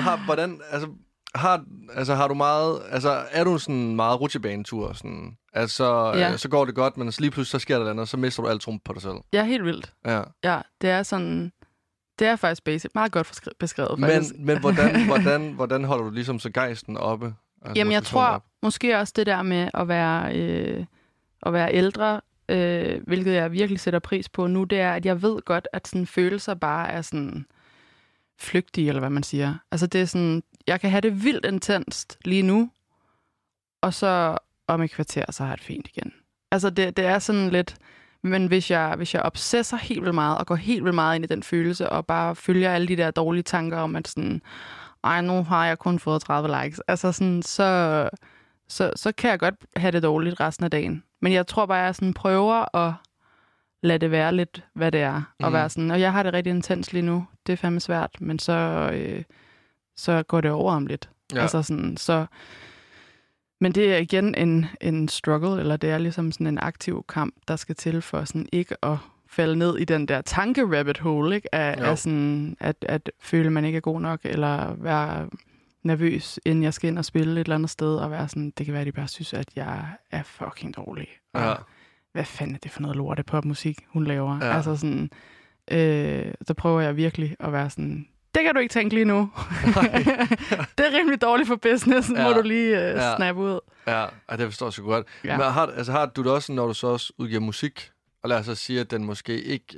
Har du meget, er du sådan meget rutsjebanetur, sådan, så går det godt, men lige pludselig så sker der andet, så mister du alt trum på dig selv. Ja, helt vildt. Ja, det er sådan, det er faktisk basic, meget godt beskrevet faktisk. Men hvordan holder du ligesom så gejsten oppe? Altså, jamen, jeg tror måske også det der med at være ældre, hvilket jeg virkelig sætter pris på nu, det er, at jeg ved godt, at sådan følelser bare er sådan flygtige, eller hvad man siger. Altså det er sådan, jeg kan have det vildt intenst lige nu, og så om et kvarter, så har jeg det fint igen. Altså det er sådan lidt, men hvis jeg obsesser helt vildt meget, og går helt vildt meget ind i den følelse, og bare følger alle de der dårlige tanker om, at sådan, ej, nu har jeg kun fået 30 likes. Altså sådan, så kan jeg godt have det dårligt resten af dagen. Men jeg tror bare, jeg sådan prøver at lade det være lidt, hvad det er. Og være sådan, og jeg har det rigtig intens lige nu. Det er fandme svært, men så går det over om lidt. Ja. Altså sådan, så... Men det er igen en struggle, eller det er ligesom sådan en aktiv kamp, der skal til for sådan ikke at falde ned i den der tanke-rabbit hole, ikke? Af sådan, at føle, man ikke er god nok, eller være nervøs, inden jeg skal ind og spille et eller andet sted, og være sådan, det kan være, at de bare synes, at jeg er fucking dårlig. Og hvad fanden er det for noget lorte popmusik, hun laver? Ja. Altså sådan, så prøver jeg virkelig at være sådan, det kan du ikke tænke lige nu. Det er rimelig dårligt for business, må du lige snappe ud. Ja, det forstår jeg så godt. Ja. Men har du det også, når du så også udgiver musik, og lad os så sige, at den måske ikke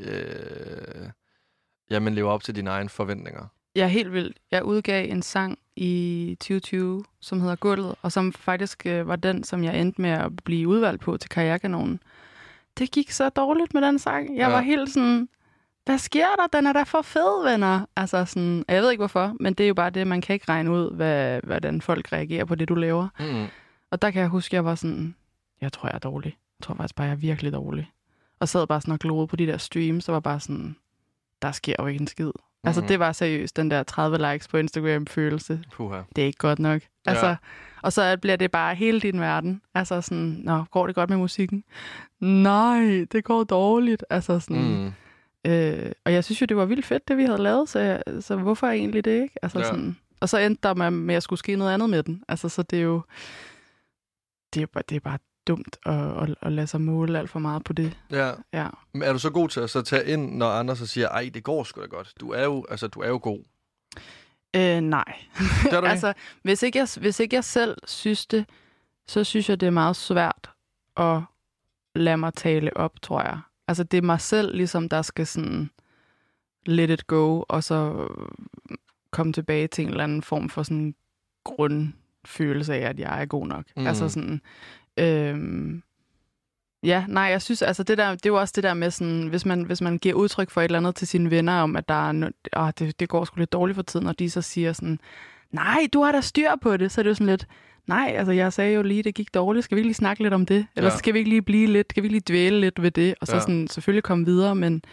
lever op til dine egne forventninger? Ja, helt vildt. Jeg udgav en sang i 2020, som hedder Gulvet, og som faktisk var den, som jeg endte med at blive udvalgt på til Karrierekanonen. Det gik så dårligt med den sang. Jeg var helt sådan, hvad sker der? Den er da for fed, venner. Altså sådan, jeg ved ikke hvorfor, men det er jo bare det, man kan ikke regne ud, hvordan folk reagerer på det, du laver. Mm. Og der kan jeg huske, jeg var sådan, jeg tror, jeg er dårlig. Jeg tror faktisk bare, jeg er virkelig dårlig. Og sad bare sådan og glodede på de der streams, og var bare sådan, der sker jo ikke en skid. Altså, det var seriøst den der 30 likes på Instagram-følelse. Det er ikke godt nok. Altså, og så bliver det bare hele din verden. Altså sådan, går det godt med musikken? Nej, det går dårligt. Altså sådan... og jeg synes jo, det var vildt fedt, det vi havde lavet, så hvorfor egentlig det ikke? Altså sådan, og så endte der med, at jeg skulle ske noget andet med den. Altså, så det er jo... Det er bare dumt at lade sig måle alt for meget på det. Ja. Men er du så god til at så tage ind, når andre så siger, ej, det går sgu da godt. Du er jo god. Nej. Det er du altså, hvis ikke jeg selv synes det, så synes jeg, det er meget svært at lade mig tale op, tror jeg. Altså, det er mig selv, ligesom, der skal sådan let it go, og så komme tilbage til en eller anden form for sådan grundfølelse af, at jeg er god nok. Altså sådan... jeg synes, altså det er jo også det der med sådan, hvis man giver udtryk for et eller andet til sine venner, om at der er det går sgu lidt dårligt for tiden, og de så siger sådan, nej, du har da styr på det, så er det jo sådan lidt, nej, altså jeg sagde jo lige, det gik dårligt, skal vi ikke lige snakke lidt om det? Eller skal vi ikke lige blive lidt, skal vi ikke lige dvæle lidt ved det? Og så sådan selvfølgelig komme videre, men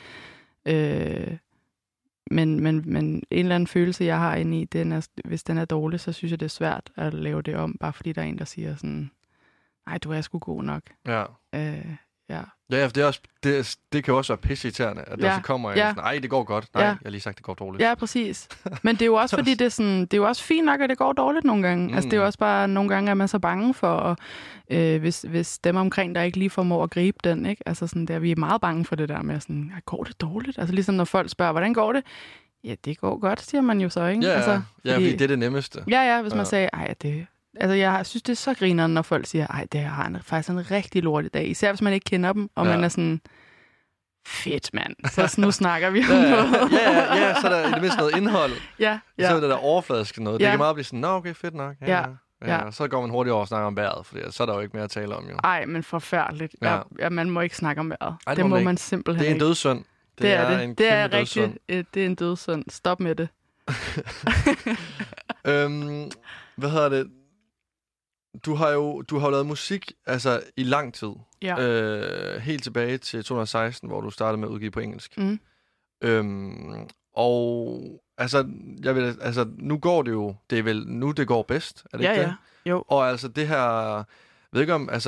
en eller anden følelse, jeg har inde i, hvis den er dårlig, så synes jeg, det er svært at lave det om, bare fordi der er en, der siger sådan, nej, du er sgu god nok. Ja. Ja, for det kan også være pisseirriterende, at der så kommer en sådan, nej, det går godt. Nej, jeg har lige sagt, det går dårligt. Ja, præcis. Men det er jo også, fordi det er jo også fint nok, at det går dårligt nogle gange. Altså, det er jo også bare, nogle gange er man så bange for, hvis dem omkring der ikke lige formår at gribe den, ikke? Altså, sådan der, vi er meget bange for det der med, sådan, går det dårligt? Altså, ligesom når folk spørger, hvordan går det? Ja, det går godt, siger man jo så, ikke? Ja, altså, fordi det er det nemmeste. Ja, hvis man sagde, altså, jeg synes, det er så grineren, når folk siger, ej, det har faktisk en rigtig lortig dag. Især hvis man ikke kender dem, og man er sådan, fedt, mand. Så nu snakker vi om noget. Ja, så er der i det mindste noget indhold. Ja. Så er det der overfladiske noget. Det kan meget blive sådan, okay, fedt nok. Ja. Så går man hurtigt over og snakker om vejret, for så er der jo ikke mere at tale om, jo. Ej, men forfærdeligt. Ja, man må ikke snakke om vejret. Ej, det må man simpelthen ikke. Det er en dødssynd. Det er rigtigt. Det er en dødssynd. Stop med det. Hvad hedder det? Du har jo lavet musik altså i lang tid. Ja. Helt tilbage til 2016, hvor du startede med at udgive på engelsk. Og altså, nu går det jo, det er vel nu, det går bedst, er det ikke det? Ja, jo. Og altså det her, jeg ved ikke om,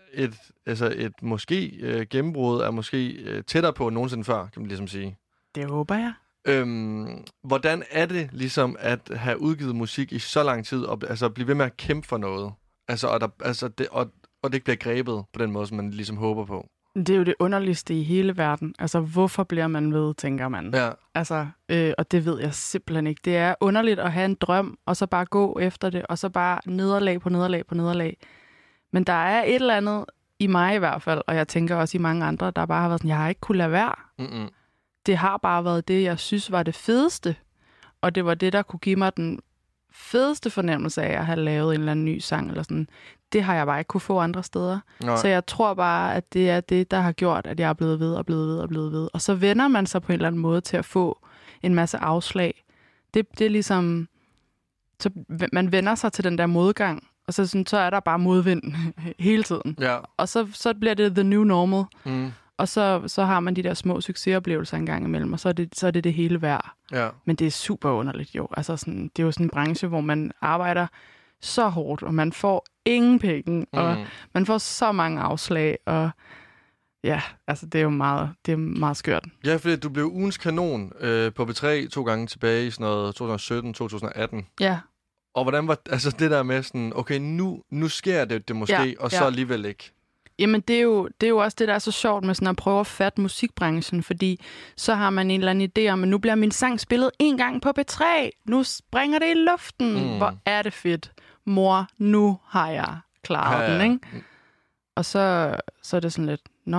et måske gennembrud er måske tættere på end nogensinde før, kan man ligesom sige. Det håber jeg. Hvordan er det ligesom at have udgivet musik i så lang tid, og altså blive ved med at kæmpe for noget? Altså, og det ikke bliver grebet på den måde, som man ligesom håber på? Det er jo det underligste i hele verden. Altså, hvorfor bliver man ved, tænker man. Ja. Altså, og det ved jeg simpelthen ikke. Det er underligt at have en drøm, og så bare gå efter det, og så bare nederlag på nederlag på nederlag. Men der er et eller andet, i mig i hvert fald, og jeg tænker også i mange andre, der bare har været sådan, jeg har ikke kunnet lade være. Mm-mm. Det har bare været det, jeg synes var det fedeste. Og det var det, der kunne give mig den fedeste fornemmelse af at have lavet en eller anden ny sang, eller sådan. Det har jeg bare ikke kunne få andre steder. Nej. Så jeg tror bare, at det er det, der har gjort, at jeg er blevet ved og blevet ved og blevet ved. Og så vender man sig på en eller anden måde til at få en masse afslag. Det er ligesom... Så man vender sig til den der modgang, og så er der bare modvind hele tiden. Ja. Og så bliver det the new normal. Mm. Og så har man de der små succesoplevelser en gang imellem, og så er det hele værd. Ja. Men det er super underligt jo. Altså sådan, det er jo sådan en branche, hvor man arbejder så hårdt, og man får ingen penge, og man får så mange afslag, og ja, altså det er meget skørt. Ja, fordi du blev ugens kanon på B3 2 gange tilbage i sådan noget 2017-2018. Ja. Og hvordan var altså det der med sådan, okay, nu sker det måske, og så alligevel ikke? Jamen, det er jo også det, der er så sjovt med sådan at prøve at fatte musikbranchen, fordi så har man en eller anden idé om, at nu bliver min sang spillet en gang på B3. Nu springer det i luften. Hvor er det fedt. Mor, nu har jeg klaret den, ikke? Og så er det sådan lidt,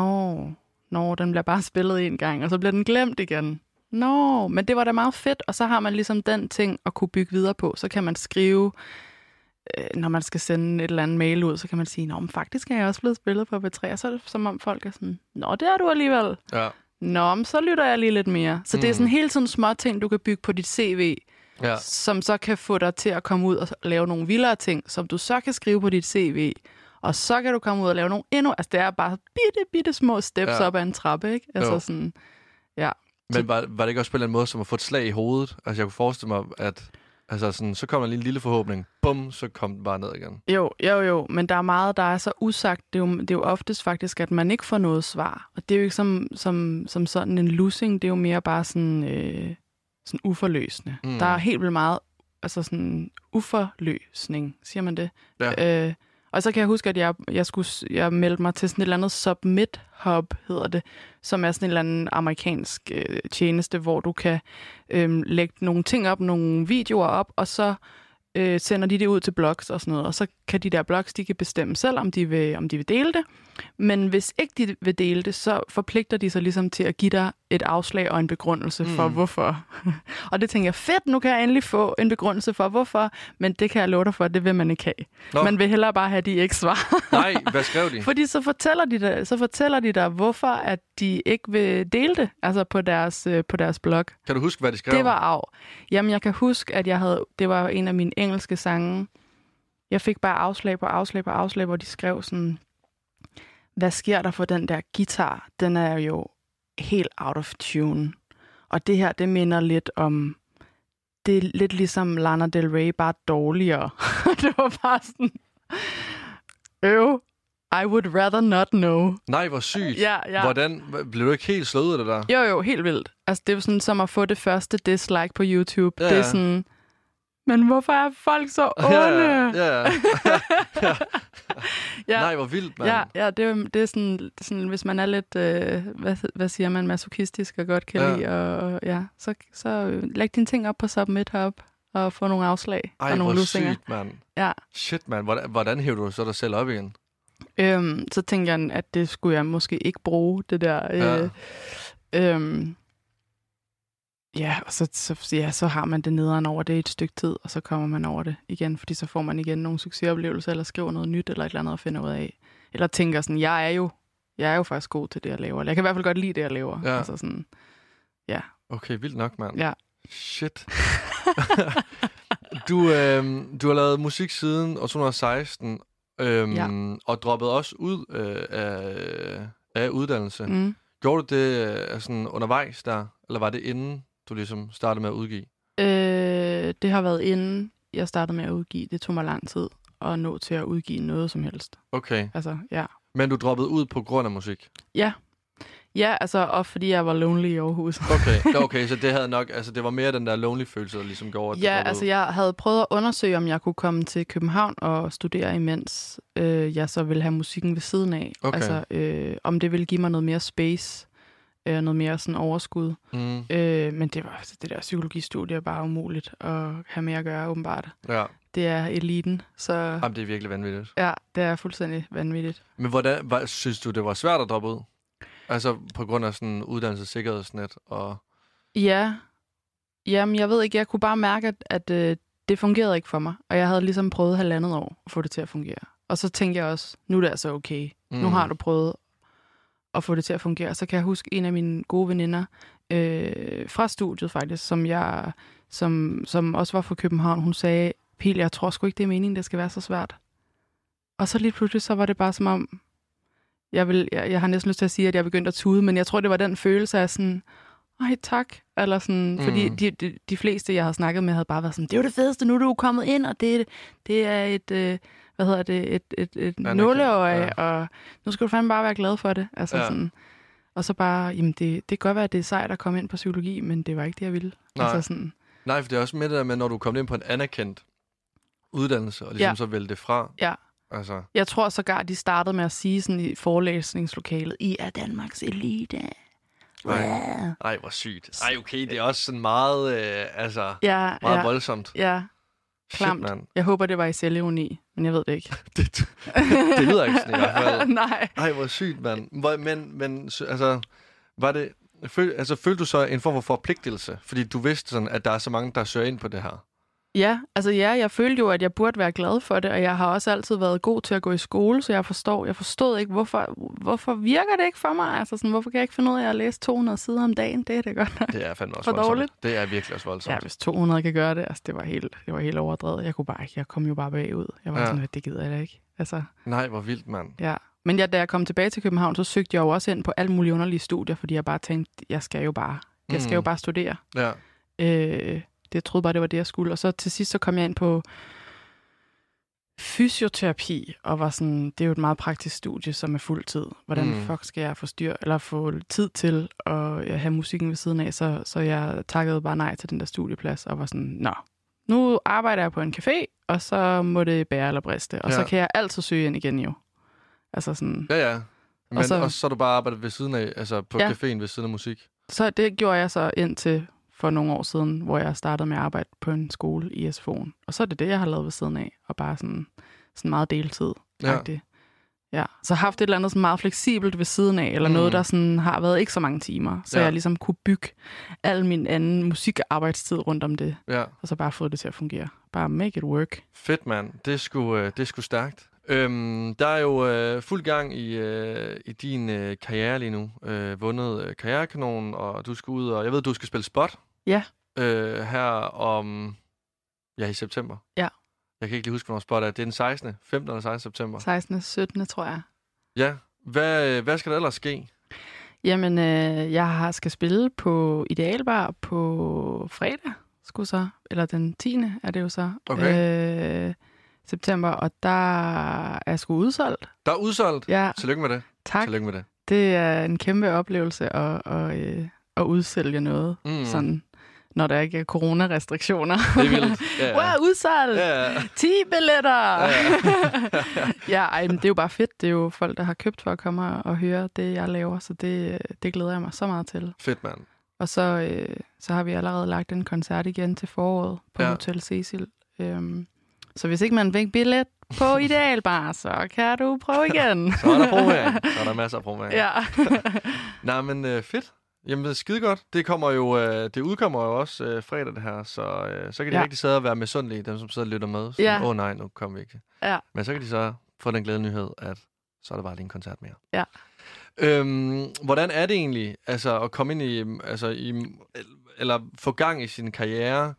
den bliver bare spillet en gang, og så bliver den glemt igen. Men det var da meget fedt, og så har man ligesom den ting at kunne bygge videre på. Så kan man skrive, når man skal sende et eller andet mail ud, så kan man sige, men faktisk er jeg også blevet spillet på B3, og så er det som om folk er sådan, det er du alligevel. Ja. Men så lytter jeg lige lidt mere. Så det er sådan hele tiden små ting, du kan bygge på dit CV, som så kan få dig til at komme ud og lave nogle vildere ting, som du så kan skrive på dit CV, og så kan du komme ud og lave nogle endnu, altså det er bare bitte små steps op ad en trappe, ikke? Altså sådan, ja. Men var det ikke også på en eller anden måde, som at få et slag i hovedet? Altså jeg kunne forestille mig, at altså sådan, så kom der lige en lille forhåbning. Bum, så kom den bare ned igen. Jo. Men der er meget, der er så usagt. Det er jo oftest faktisk, at man ikke får noget svar. Og det er jo ikke som sådan en losing. Det er jo mere bare sådan uforløsende. Der er helt vildt meget altså sådan uforløsning, siger man det. Ja. Og så kan jeg huske, at jeg meldte mig til sådan et eller andet Submit Hub, hedder det, som er sådan en eller anden amerikansk tjeneste, hvor du kan lægge nogle ting op, nogle videoer op, og så sender de det ud til blogs og sådan noget. Og så kan de der blogs, de kan bestemme selv, om de vil dele det. Men hvis ikke de vil dele det, så forpligter de sig ligesom til at give dig et afslag og en begrundelse for, hvorfor. Og det tænker jeg, fedt, nu kan jeg endelig få en begrundelse for, hvorfor. Men det kan jeg love dig for, det vil man ikke have. Man vil hellere bare have de ikke svar. Nej, hvad skrev de? Fordi så fortæller de dig, hvorfor at de ikke vil dele det, altså på deres blog. Kan du huske, hvad de skrev? Det var Jamen, jeg kan huske, at det var en af mine engelske sange. Jeg fik bare afslag på afslag, hvor de skrev sådan, hvad sker der for den der guitar? Den er jo helt out of tune. Og det her, det minder lidt om, det er lidt ligesom Lana Del Rey, bare dårligere. Det var bare sådan, I would rather not know. Nej, hvor sygt. Ja. Hvordan, blev du ikke helt slået ud af det der? Jo, helt vildt. Altså, det er sådan som at få det første dislike på YouTube. Ja. Det er sådan, men hvorfor er folk så onde? Ja. Nej, hvor vildt, mand. Ja, det er sådan, hvis man er lidt, hvad siger man, masochistisk og godt kan lide, og så læg dine ting op på Submit Hub og få nogle afslag og nogle lusinger. Ej, hvor sygt, mand. Ja. Shit, mand. Hvordan hæver du så dig selv op igen? Så tænker jeg, at det skulle jeg måske ikke bruge, det der. Og så har man det nederen over det et stykke tid, og så kommer man over det igen, fordi så får man igen nogle succesoplevelser, eller skriver noget nyt, eller et eller andet at finde ud af. Eller tænker sådan, jeg er jo faktisk god til det, jeg laver. Eller jeg kan i hvert fald godt lide det, jeg laver. Ja. Altså sådan, ja. Okay, vildt nok, mand. Ja. Shit. Du har lavet musik siden 2016, og droppet også ud af uddannelse. Gjorde du det sådan undervejs der? Eller var det inden, du ligesom startede med at udgive? Det har været inden jeg startede med at udgive. Det tog mig lang tid at nå til at udgive noget som helst. Okay. Altså, ja. Men du droppede ud på grund af musik? Ja. Ja, altså, og fordi jeg var lonely i Aarhus. Okay, så det havde nok, altså det var mere den der lonely-følelse, der ligesom går over. Ja, altså jeg havde prøvet at undersøge, om jeg kunne komme til København og studere, imens jeg så ville have musikken ved siden af. Okay. Altså, om det ville give mig noget mere space, noget mere sådan overskud. Men det var altså, det der psykologistudie er bare umuligt at have med at gøre, åbenbart. Ja. Det er eliten, så... Jamen, det er virkelig vanvittigt. Ja, det er fuldstændig vanvittigt. Men hvordan synes du, det var svært at droppe ud? Altså på grund af sådan uddannelsessikkerhedsnet og... Ja. Jamen, jeg ved ikke, jeg kunne bare mærke, at det fungerede ikke for mig. Og jeg havde ligesom prøvet 1,5 år at få det til at fungere. Og så tænkte jeg også, nu er det altså okay. Nu har du prøvet at få det til at fungere. Så kan jeg huske en af mine gode veninder fra studiet faktisk, som også var fra København. Hun sagde, Pil, jeg tror sgu ikke, det er meningen, det skal være så svært. Og så lige pludselig, så var det bare som om, jeg har næsten lyst til at sige, at jeg begyndte at tude, men jeg tror, det var den følelse af sådan, ej tak, eller sådan, fordi de fleste, jeg havde snakket med, havde bare været sådan, det er jo det fedeste, nu er du kommet ind, og det er et, et nåleøje, og nu skal du fandme bare være glad for det. Altså sådan, og så bare, jamen det kan godt være, at det er sejt at komme ind på psykologi, men det var ikke det, jeg ville. Nej, altså sådan, nej, for det er også med det der med, når du kommer ind på en anerkendt uddannelse, og ligesom så vælge det fra. Ja. Altså. Jeg tror sågar, de startede med at sige sådan i forelæsningslokalet, I er Danmarks elite. Ej, hvor sygt. Ej, okay, det er også sådan meget, meget voldsomt. Ja, klamt. Shit, jeg håber, det var i selvironi, men jeg ved det ikke. det lyder ikke sådan i hvert fald. Nej. Ej, hvor sygt, mand. Men altså, var det... følte du så en form for forpligtelse? Fordi du vidste sådan, at der er så mange, der søger ind på det her. Ja, jeg følte jo, at jeg burde være glad for det, og jeg har også altid været god til at gå i skole, så jeg forstod ikke, hvorfor virker det ikke for mig? Altså sådan, hvorfor kan jeg ikke finde ud af at læse 200 sider om dagen? Det er det godt nok. Det er fandme også voldsomt. Dårligt. Det er virkelig også voldsomt. Ja, hvis 200 kan gøre det, altså det var helt overdrevet. Jeg kom jo bare bagud. Jeg var sådan, det gider jeg da ikke. Altså, nej, hvor vildt, mand. Ja, men da jeg kom tilbage til København, så søgte jeg jo også ind på alle mulige underlige studier, fordi jeg bare tænkte, jeg skal jo bare studere. Ja. Jeg troede bare, det var det, jeg skulle. Og så til sidst, så kom jeg ind på fysioterapi, og var sådan, det er jo et meget praktisk studie, som er fuld tid. Hvordan fuck skal jeg få tid til at have musikken ved siden af? Så jeg takkede bare nej til den der studieplads, og var sådan, nu arbejder jeg på en café, og så må det bære eller briste. Og så kan jeg altid søge ind igen jo. Altså sådan... Ja. Men og så har du bare arbejdet ved siden af, altså på caféen ved siden af musik? Så det gjorde jeg så indtil for nogle år siden, hvor jeg startede med at arbejde på en skole i SFO'en. Og så er det, jeg har lavet ved siden af, og bare sådan meget deltid. Ja. Så haft et eller andet sådan meget fleksibelt ved siden af, eller noget, der sådan har været ikke så mange timer, så jeg ligesom kunne bygge al min anden musikarbejdstid rundt om det, og så bare få det til at fungere. Bare make it work. Fedt, mand. Det er sgu stærkt. Der er jo fuld gang i din karriere lige nu. Vundet Karrierekanonen, og du skal ud, og jeg ved, du skal spille spot. Ja. Her om... Ja, i september. Ja. Jeg kan ikke lige huske, hvornår spot er. Det er den 16. 15. eller 16. september. 16. 17. tror jeg. Ja. Hvad skal der ellers ske? Jamen, jeg skal spille på Idealbar på fredag, eller den 10. er det jo så. Okay. September, og der er sgu udsolgt. Der er udsolgt? Ja. Tillykke med det. Tak. Tillykke med det. Det er en kæmpe oplevelse at udsælge noget, sådan, når der ikke er coronarestriktioner. Det er vildt. Ja. Wow, udsolgt! Ja. 10 billetter! Ja, men det er jo bare fedt. Det er jo folk, der har købt for at komme og høre det, jeg laver, så det glæder jeg mig så meget til. Fedt, mand. Og så har vi allerede lagt en koncert igen til foråret på Hotel Cecil. Så hvis ikke man fik billet på Idealbar, så kan du prøve igen. Så er der promovering. Så er der masser af promovering. Ja. Nej, men fedt. Jamen, det er skide godt. Det udkommer jo også fredag det her, så kan de rigtig sidde og være misundelige, dem som sidder og lytter med. Nej, nu kommer vi ikke. Ja. Men så kan de så få den glæde nyhed, at så er der bare lige en koncert mere. Ja. Hvordan er det egentlig, altså at komme ind eller få gang i sin karriere,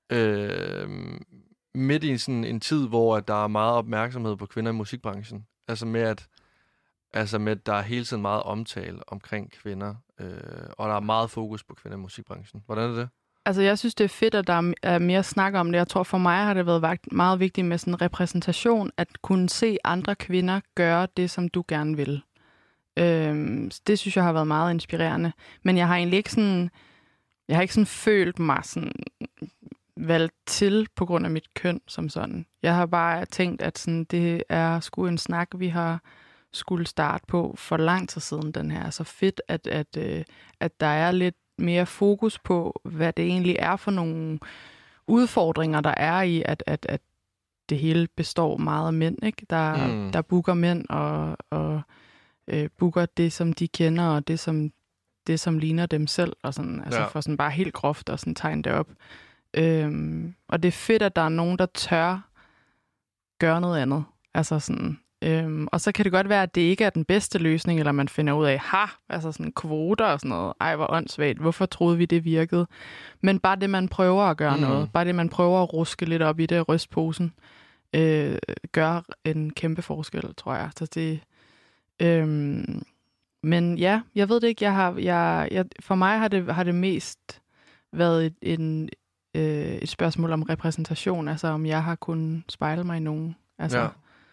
midt i sådan en tid, hvor der er meget opmærksomhed på kvinder i musikbranchen. Altså med, Altså med, der er hele tiden meget omtale omkring kvinder, og der er meget fokus på kvinder i musikbranchen. Hvordan er det? Altså, jeg synes, det er fedt, at der er mere snak om det. Jeg tror, for mig har det været meget vigtigt med sådan en repræsentation, at kunne se andre kvinder gøre det, som du gerne vil. Det synes jeg har været meget inspirerende. Men jeg har egentlig ikke sådan... Jeg har ikke sådan følt mig sådan valgt til på grund af mit køn som sådan. Jeg har bare tænkt, at sådan, det er sgu en snak, vi har skulle starte på for lang tid siden, den her. Så fedt, at der er lidt mere fokus på, hvad det egentlig er for nogle udfordringer, der er i, at det hele består meget af mænd, ikke? Der booker mænd og booker det, som de kender, og det, som ligner dem selv, og sådan, altså for sådan bare helt groft og sådan tegne det op. Og det er fedt, at der er nogen, der tør gøre noget andet. Altså sådan, og så kan det godt være, at det ikke er den bedste løsning, eller man finder ud af, altså sådan kvoter og sådan noget. Ej, hvor åndssvagt. Hvorfor troede vi, det virkede? Men bare det, man prøver at gøre noget. Bare det, man prøver at ruske lidt op i det, rystposen, gør en kæmpe forskel, tror jeg. Så det... Men ja, jeg ved det ikke. For mig har det mest været et spørgsmål om repræsentation, altså om jeg har kunnet spejle mig i nogen. Altså,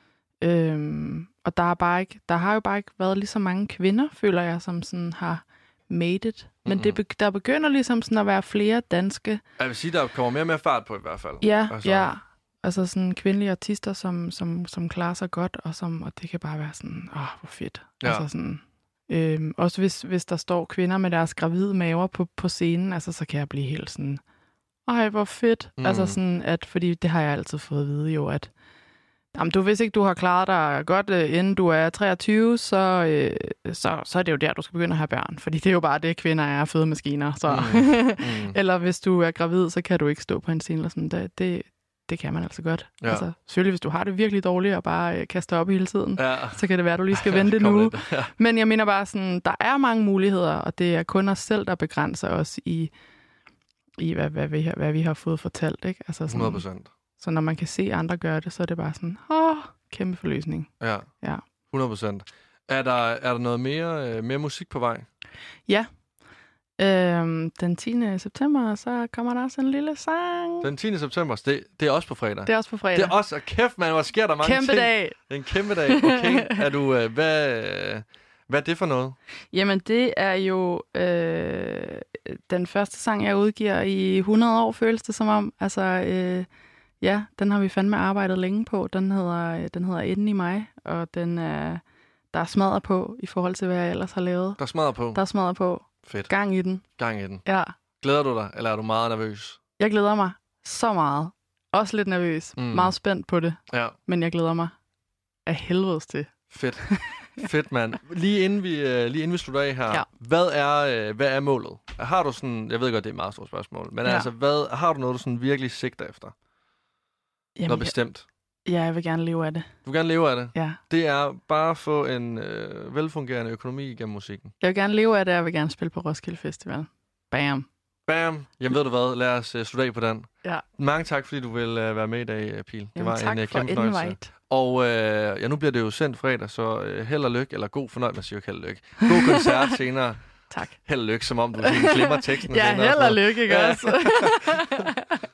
og der har jo bare ikke været lige så mange kvinder, føler jeg, som sådan har made it. Men der begynder ligesom sådan at være flere danske... Jeg vil sige, der kommer mere og mere fart på i hvert fald. Ja, altså. Altså sådan kvindelige artister, som klarer sig godt, og det kan bare være sådan, hvor fedt. Ja. Altså sådan... også hvis der står kvinder med deres gravide maver på scenen, altså så kan jeg blive helt sådan, ej, hvor fedt. Altså sådan, fordi det har jeg altid fået at vide jo, at hvis ikke du har klaret dig godt, inden du er 23, så er det jo der, du skal begynde at have børn. Fordi det er jo bare det, kvinder er fødemaskiner. Så. Eller hvis du er gravid, så kan du ikke stå på en scene. Eller sådan. Det kan man altså godt. Ja. Altså, selvfølgelig, hvis du har det virkelig dårligt og bare kaster op hele tiden, så kan det være, at du lige skal vente nu. Men jeg mener bare sådan, der er mange muligheder, og det er kun os selv, der begrænser os i hvad vi har fået fortalt. Ikke? Altså sådan, 100%. Så når man kan se andre gøre det, så er det bare sådan, kæmpe forløsning. Ja. 100%. Er der noget mere musik på vej? Ja. Den 10. september, så kommer der også en lille sang. Den 10. september, det er også på fredag. Det er også på fredag. Det er også, kæft man, hvor sker der mange kæmpe ting. Dag. Det er en kæmpe dag. Okay, er du, hvad er det for noget? Jamen, det er jo den første sang, jeg udgiver i 100 år, føles det som om. Altså, den har vi fandme arbejdet længe på. Den hedder Inden i mig, og der er smadret på i forhold til, hvad jeg ellers har lavet. Der er smadret på? Der er smadret på. Fedt. Gang i den. Ja. Glæder du dig, eller er du meget nervøs? Jeg glæder mig så meget. Også lidt nervøs. Meget spændt på det. Ja. Men jeg glæder mig af helvedes til. Fedt. Fedt, mand. Lige inden vi slutter af her, hvad er målet? Har du sådan, jeg ved godt, det er et meget stort spørgsmål, men altså, har du noget, du sådan virkelig sigter efter? Jamen, noget bestemt? Ja, jeg vil gerne leve af det. Du vil gerne leve af det? Ja. Det er bare at få en velfungerende økonomi igennem musikken. Jeg vil gerne leve af det, og jeg vil gerne spille på Roskilde Festival. Bam. Bam. Jamen ved du hvad, lad os slutte af på den. Ja. Mange tak, fordi du vil være med i dag, Pil. Det var en kæmpe fornøjelse. Og nu bliver det jo sendt fredag, så held og lykke, eller god fornøjelse, man siger jo held og lykke. God koncert senere. Tak. Held og lykke, som om du glemmer teksten. Ja, held og lykke, ikke også?